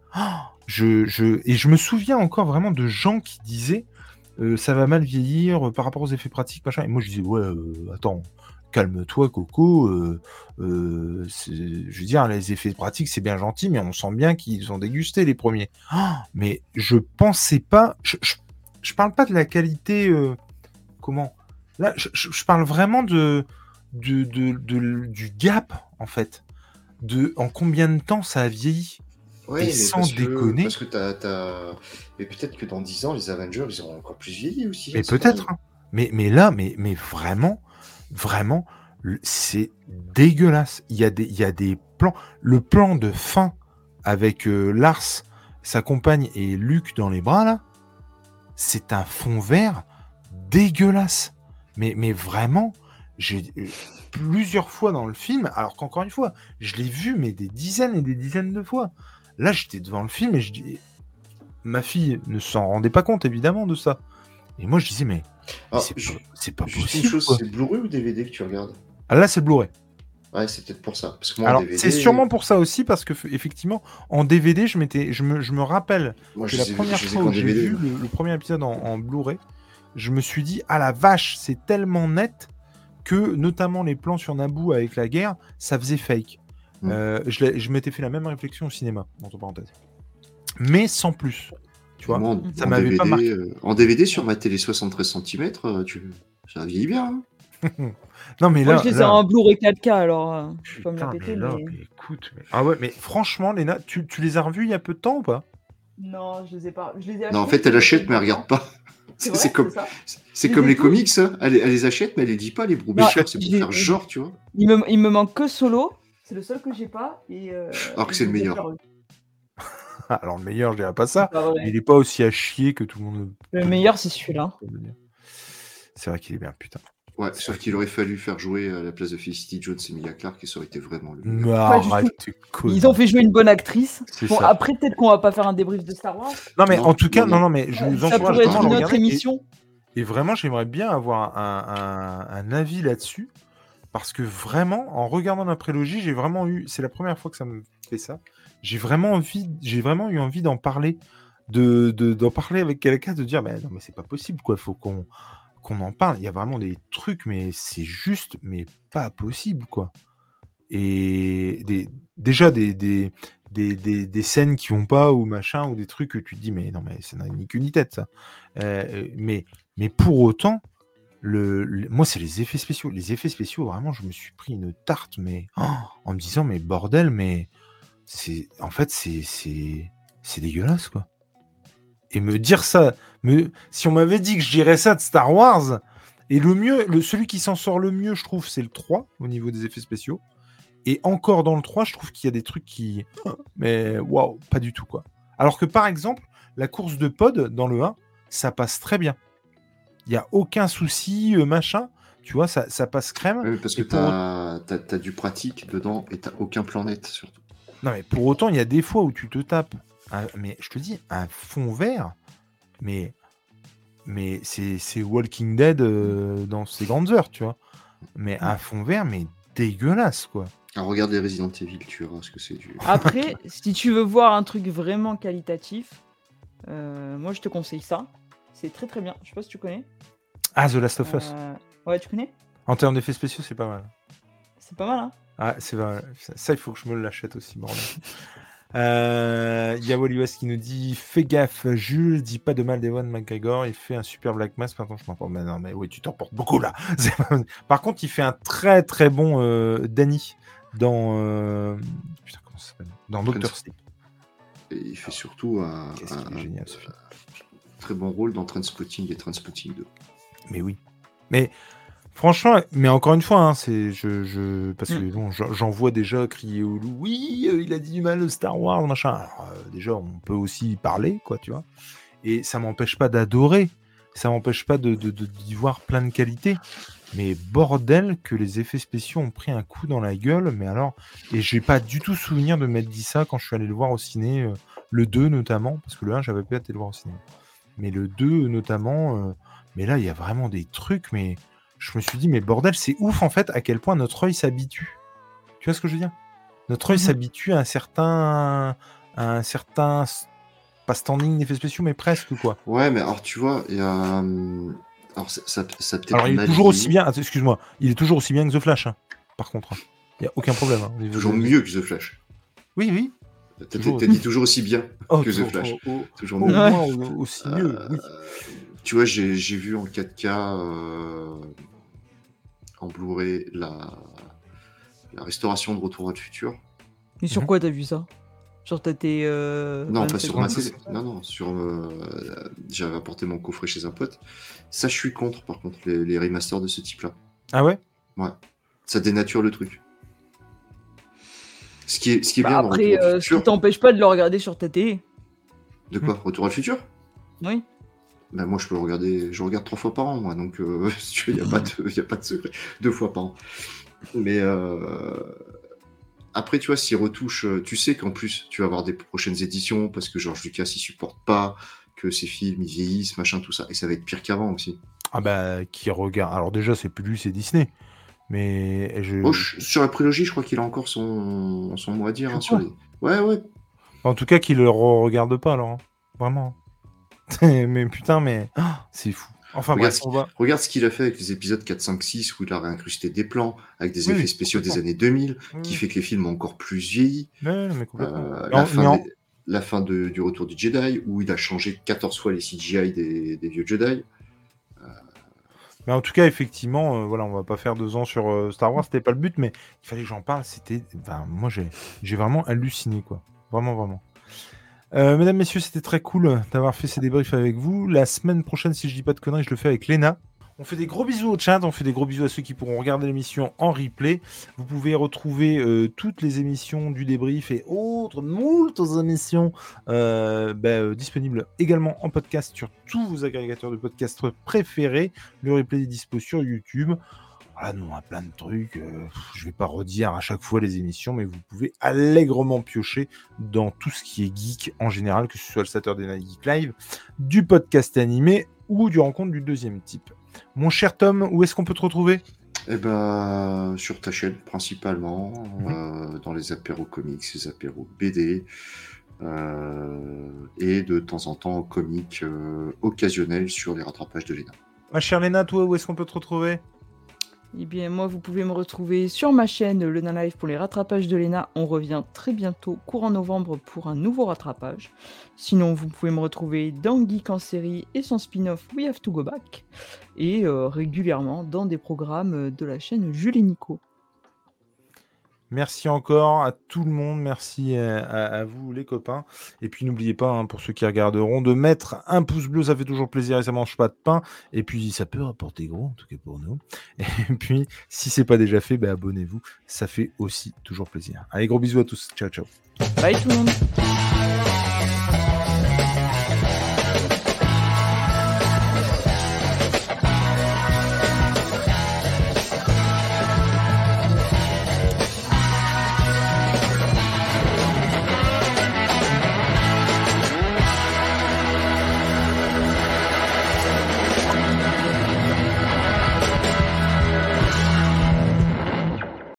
Et je me souviens encore vraiment de gens qui disaient ça va mal vieillir par rapport aux effets pratiques, machin. Et moi je disais, ouais, attends... Calme-toi, Coco. Je veux dire, les effets pratiques, c'est bien gentil, mais on sent bien qu'ils ont dégusté les premiers. Mais je pensais pas... Je parle pas de la qualité... comment? Là, je parle vraiment du gap, en fait. En combien de temps ça a vieilli. Ouais, mais sans déconner. Parce que mais peut-être que dans 10 ans, les Avengers, ils auront encore plus vieilli aussi. Mais peut-être. Hein. Mais là, mais vraiment, c'est dégueulasse. Il y a des plans. Le plan de fin avec Lars, sa compagne et Luke dans les bras, là, c'est un fond vert dégueulasse. Mais vraiment, j'ai plusieurs fois dans le film, alors qu'encore une fois, je l'ai vu, mais des dizaines et des dizaines de fois. Là, j'étais devant le film et je dis... Ma fille ne s'en rendait pas compte, évidemment, de ça. Et moi, je disais, mais c'est pas possible. Une chose, c'est Blu-ray ou DVD que tu regardes? Ah, là, c'est Blu-ray. Ouais, c'est peut-être pour ça. Parce que moi, alors, DVD... c'est sûrement pour ça aussi, parce que effectivement, en DVD, je me rappelle que la première fois où j'ai vu le premier épisode en Blu-ray, je me suis dit, ah la vache, c'est tellement net que, notamment les plans sur Naboo avec la guerre, ça faisait fake. Je m'étais fait la même réflexion au cinéma, entre parenthèses. Mais sans plus. Tu vois, moi, ça m'avait DVD, pas marqué. En DVD, sur ma télé 73 cm, ça vieillit bien. Hein. Non, mais moi, je les ai en Blu-ray 4K, alors je peux me la péter. Mais écoute, ah ouais, mais franchement, Léna, tu les as revus il y a peu de temps ou pas? Non, je les ai pas. Non, en fait, elle achète, mais elle regarde pas. C'est comme les comics, elle les achète, mais elle les dit pas, les Brubaker, c'est pour faire genre, tu vois. Il me manque que Solo, c'est le seul que j'ai pas. Alors que c'est le meilleur. Alors le meilleur, je dirais pas ça. Il est pas aussi à chier que tout le monde. Le meilleur, c'est celui-là. C'est vrai qu'il est bien, putain. Ouais, sauf qu'il aurait fallu faire jouer à la place de Felicity Jones et Emilia Clarke et ça aurait été vraiment le mieux. Mais Pas du arrête, tout. t'es con. Ils ont fait jouer une bonne actrice. C'est Bon, ça. après, peut-être qu'on va pas faire un débrief de Star Wars. Non, mais Non, en tout cas, non, non, mais je vous Ça encourage pourrait vraiment être à le une autre regarder. émission. Et vraiment, j'aimerais bien avoir un avis là-dessus. Parce que vraiment, en regardant la prélogie, j'ai vraiment eu. C'est la première fois que ça me fait ça. J'ai vraiment eu envie d'en parler. D'en parler avec quelqu'un, de dire, non, mais c'est pas possible, quoi. Faut qu'on en parle. Il y a vraiment des trucs, mais c'est juste, mais pas possible, quoi. Et déjà des scènes qui vont pas, ou machin, ou des trucs que tu te dis, mais non, mais ça n'a ni queue ni tête, ça. Mais pour autant, moi, c'est les effets spéciaux. Les effets spéciaux, vraiment, je me suis pris une tarte, mais en me disant, mais bordel, mais en fait, c'est dégueulasse, quoi. Et me dire ça, si on m'avait dit que je dirais ça de Star Wars, et celui qui s'en sort le mieux, je trouve, c'est le 3 au niveau des effets spéciaux. Et encore dans le 3, je trouve qu'il y a des trucs qui. Mais waouh, pas du tout, quoi. Alors que par exemple, la course de pod dans le 1, ça passe très bien. Il n'y a aucun souci, machin. Tu vois, ça passe crème. Oui, parce que t'as du pratique dedans et t'as aucun plan net, surtout. Non, mais pour autant, il y a des fois où tu te tapes. Mais je te dis, un fond vert. Mais c'est Walking Dead dans ses grandes heures, tu vois. Mais un fond vert, mais dégueulasse, quoi. Alors regarde les Resident Evil, tu verras ce que c'est du... Après, si tu veux voir un truc vraiment qualitatif, moi je te conseille ça. C'est très très bien. Je sais pas si tu connais. Ah, The Last of Us. Ouais, tu connais. En termes d'effets spéciaux, c'est pas mal. C'est pas mal, hein. Ah, c'est vrai. Ça, il faut que je me l'achète aussi, bordel. Il y a Wally West qui nous dit: fais gaffe, Jules, dis pas de mal d'Ewan McGregor, il fait un super Black Mass. Pardon, je m'en porte. Mais non, mais oui, tu t'en portes beaucoup là. Par contre, il fait un très très bon Danny dans. Putain, comment ça s'appelle? Dans Doctor Sleep. Et il fait surtout Qu'est-ce qu'il est génial, ce film. très bon rôle dans Trainspotting et Trainspotting 2. Mais oui. Mais. Franchement, mais encore une fois, hein, parce que bon, j'en vois déjà crier au loup. Oui, il a dit du mal de Star Wars, machin. Alors, déjà, on peut aussi y parler, quoi, tu vois. Et ça m'empêche pas d'adorer. Ça m'empêche pas d'y voir plein de qualités. Mais bordel que les effets spéciaux ont pris un coup dans la gueule. Mais alors, et j'ai pas du tout souvenir de m'être dit ça quand je suis allé le voir au ciné, le 2 notamment, parce que le 1, j'avais pas été le voir au ciné. Mais le 2 notamment, mais là, il y a vraiment des trucs, mais. Je me suis dit, mais bordel, c'est ouf en fait à quel point notre œil s'habitue. Tu vois ce que je veux dire? Notre œil s'habitue à un certain, pas standing d'effets spéciaux, mais presque, quoi. Ouais, mais alors tu vois, il y a... Alors ça peut-être Alors il est mal toujours vieilli. aussi bien, excuse-moi, il est toujours aussi bien que The Flash, hein, par contre. Il n'y a aucun problème. Hein, au niveau Toujours de- mieux que The Flash. Oui, oui. T'as Toujours- dit toujours aussi bien Oh, que The Flash. Toujours au mieux. moins aussi mieux, oui. Tu vois, j'ai vu en 4K en Blu-ray la restauration de Retour à le futur. Et sur quoi t'as vu ça? Sur ta T. Non, pas sur ma 27. télé. Non, j'avais apporté mon coffret chez un pote. Ça, je suis contre, par contre, les remasters de ce type-là. Ah ouais? Ouais. Ça dénature le truc. Ce qui est bien dans Après, Retour à le ce futur. qui t'empêche pas de le regarder sur ta télé. De quoi? Retour à le futur? Oui. Ben moi, je peux le regarder. Je regarde 3 fois par an, moi. Donc, il n'y a pas de secret. 2 fois par an. Mais après, tu vois, s'il retouche, tu sais qu'en plus, tu vas avoir des prochaines éditions parce que George Lucas, il supporte pas que ses films ils vieillissent, machin, tout ça. Et ça va être pire qu'avant aussi. Ah bah, qui regarde. Alors déjà, c'est plus lui, c'est Disney. Mais Sur la prélogie, je crois qu'il a encore son mot à dire. Hein, sur les... Ouais. En tout cas, qu'il le regarde pas, alors. Hein. Vraiment. Mais putain, mais c'est fou. Enfin regarde, bref, on va... regarde ce qu'il a fait avec les épisodes 4, 5, 6 où il a réincrusté des plans avec des Oui, effets spéciaux des années 2000 qui fait que les films ont encore plus vieilli. Ouais, mais complètement. La fin du Retour du Jedi où il a changé 14 fois les CGI des vieux Jedi. Mais en tout cas, effectivement, voilà, on va pas faire 2 ans sur Star Wars, c'était pas le but, mais il fallait que j'en parle. Moi, j'ai vraiment halluciné, quoi. Vraiment, vraiment. Mesdames, messieurs, c'était très cool d'avoir fait ces débriefs avec vous. La semaine prochaine, si je dis pas de conneries, je le fais avec Léna. On fait des gros bisous au chat, on fait des gros bisous à ceux qui pourront regarder l'émission en replay. Vous pouvez retrouver toutes les émissions du débrief et autres moultes émissions disponibles également en podcast sur tous vos agrégateurs de podcasts préférés. Le replay est dispo sur YouTube. Voilà, nous on a plein de trucs. Je vais pas redire à chaque fois les émissions, mais vous pouvez allègrement piocher dans tout ce qui est geek en général, que ce soit le Saturday Night Geek Live, du podcast animé ou du rencontre du deuxième type. Mon cher Tom, où est-ce qu'on peut te retrouver ? Eh ben, sur ta chaîne principalement, dans les apéros comics, les apéros BD, et de temps en temps comics occasionnels sur les rattrapages de Léna. Ma chère Léna, toi, où est-ce qu'on peut te retrouver ? Eh bien, moi, vous pouvez me retrouver sur ma chaîne Le Nain Live pour les rattrapages de Léna. On revient très bientôt, courant novembre, pour un nouveau rattrapage. Sinon, vous pouvez me retrouver dans Geek en série et son spin-off We Have to Go Back. Et régulièrement dans des programmes de la chaîne Jules et Nico. Merci encore à tout le monde, merci à vous les copains. Et puis n'oubliez pas, pour ceux qui regarderont, de mettre un pouce bleu, ça fait toujours plaisir et ça mange pas de pain. Et puis ça peut rapporter gros, en tout cas pour nous. Et puis si c'est pas déjà fait, abonnez-vous, ça fait aussi toujours plaisir. Allez, gros bisous à tous, ciao ciao. Bye tout le monde.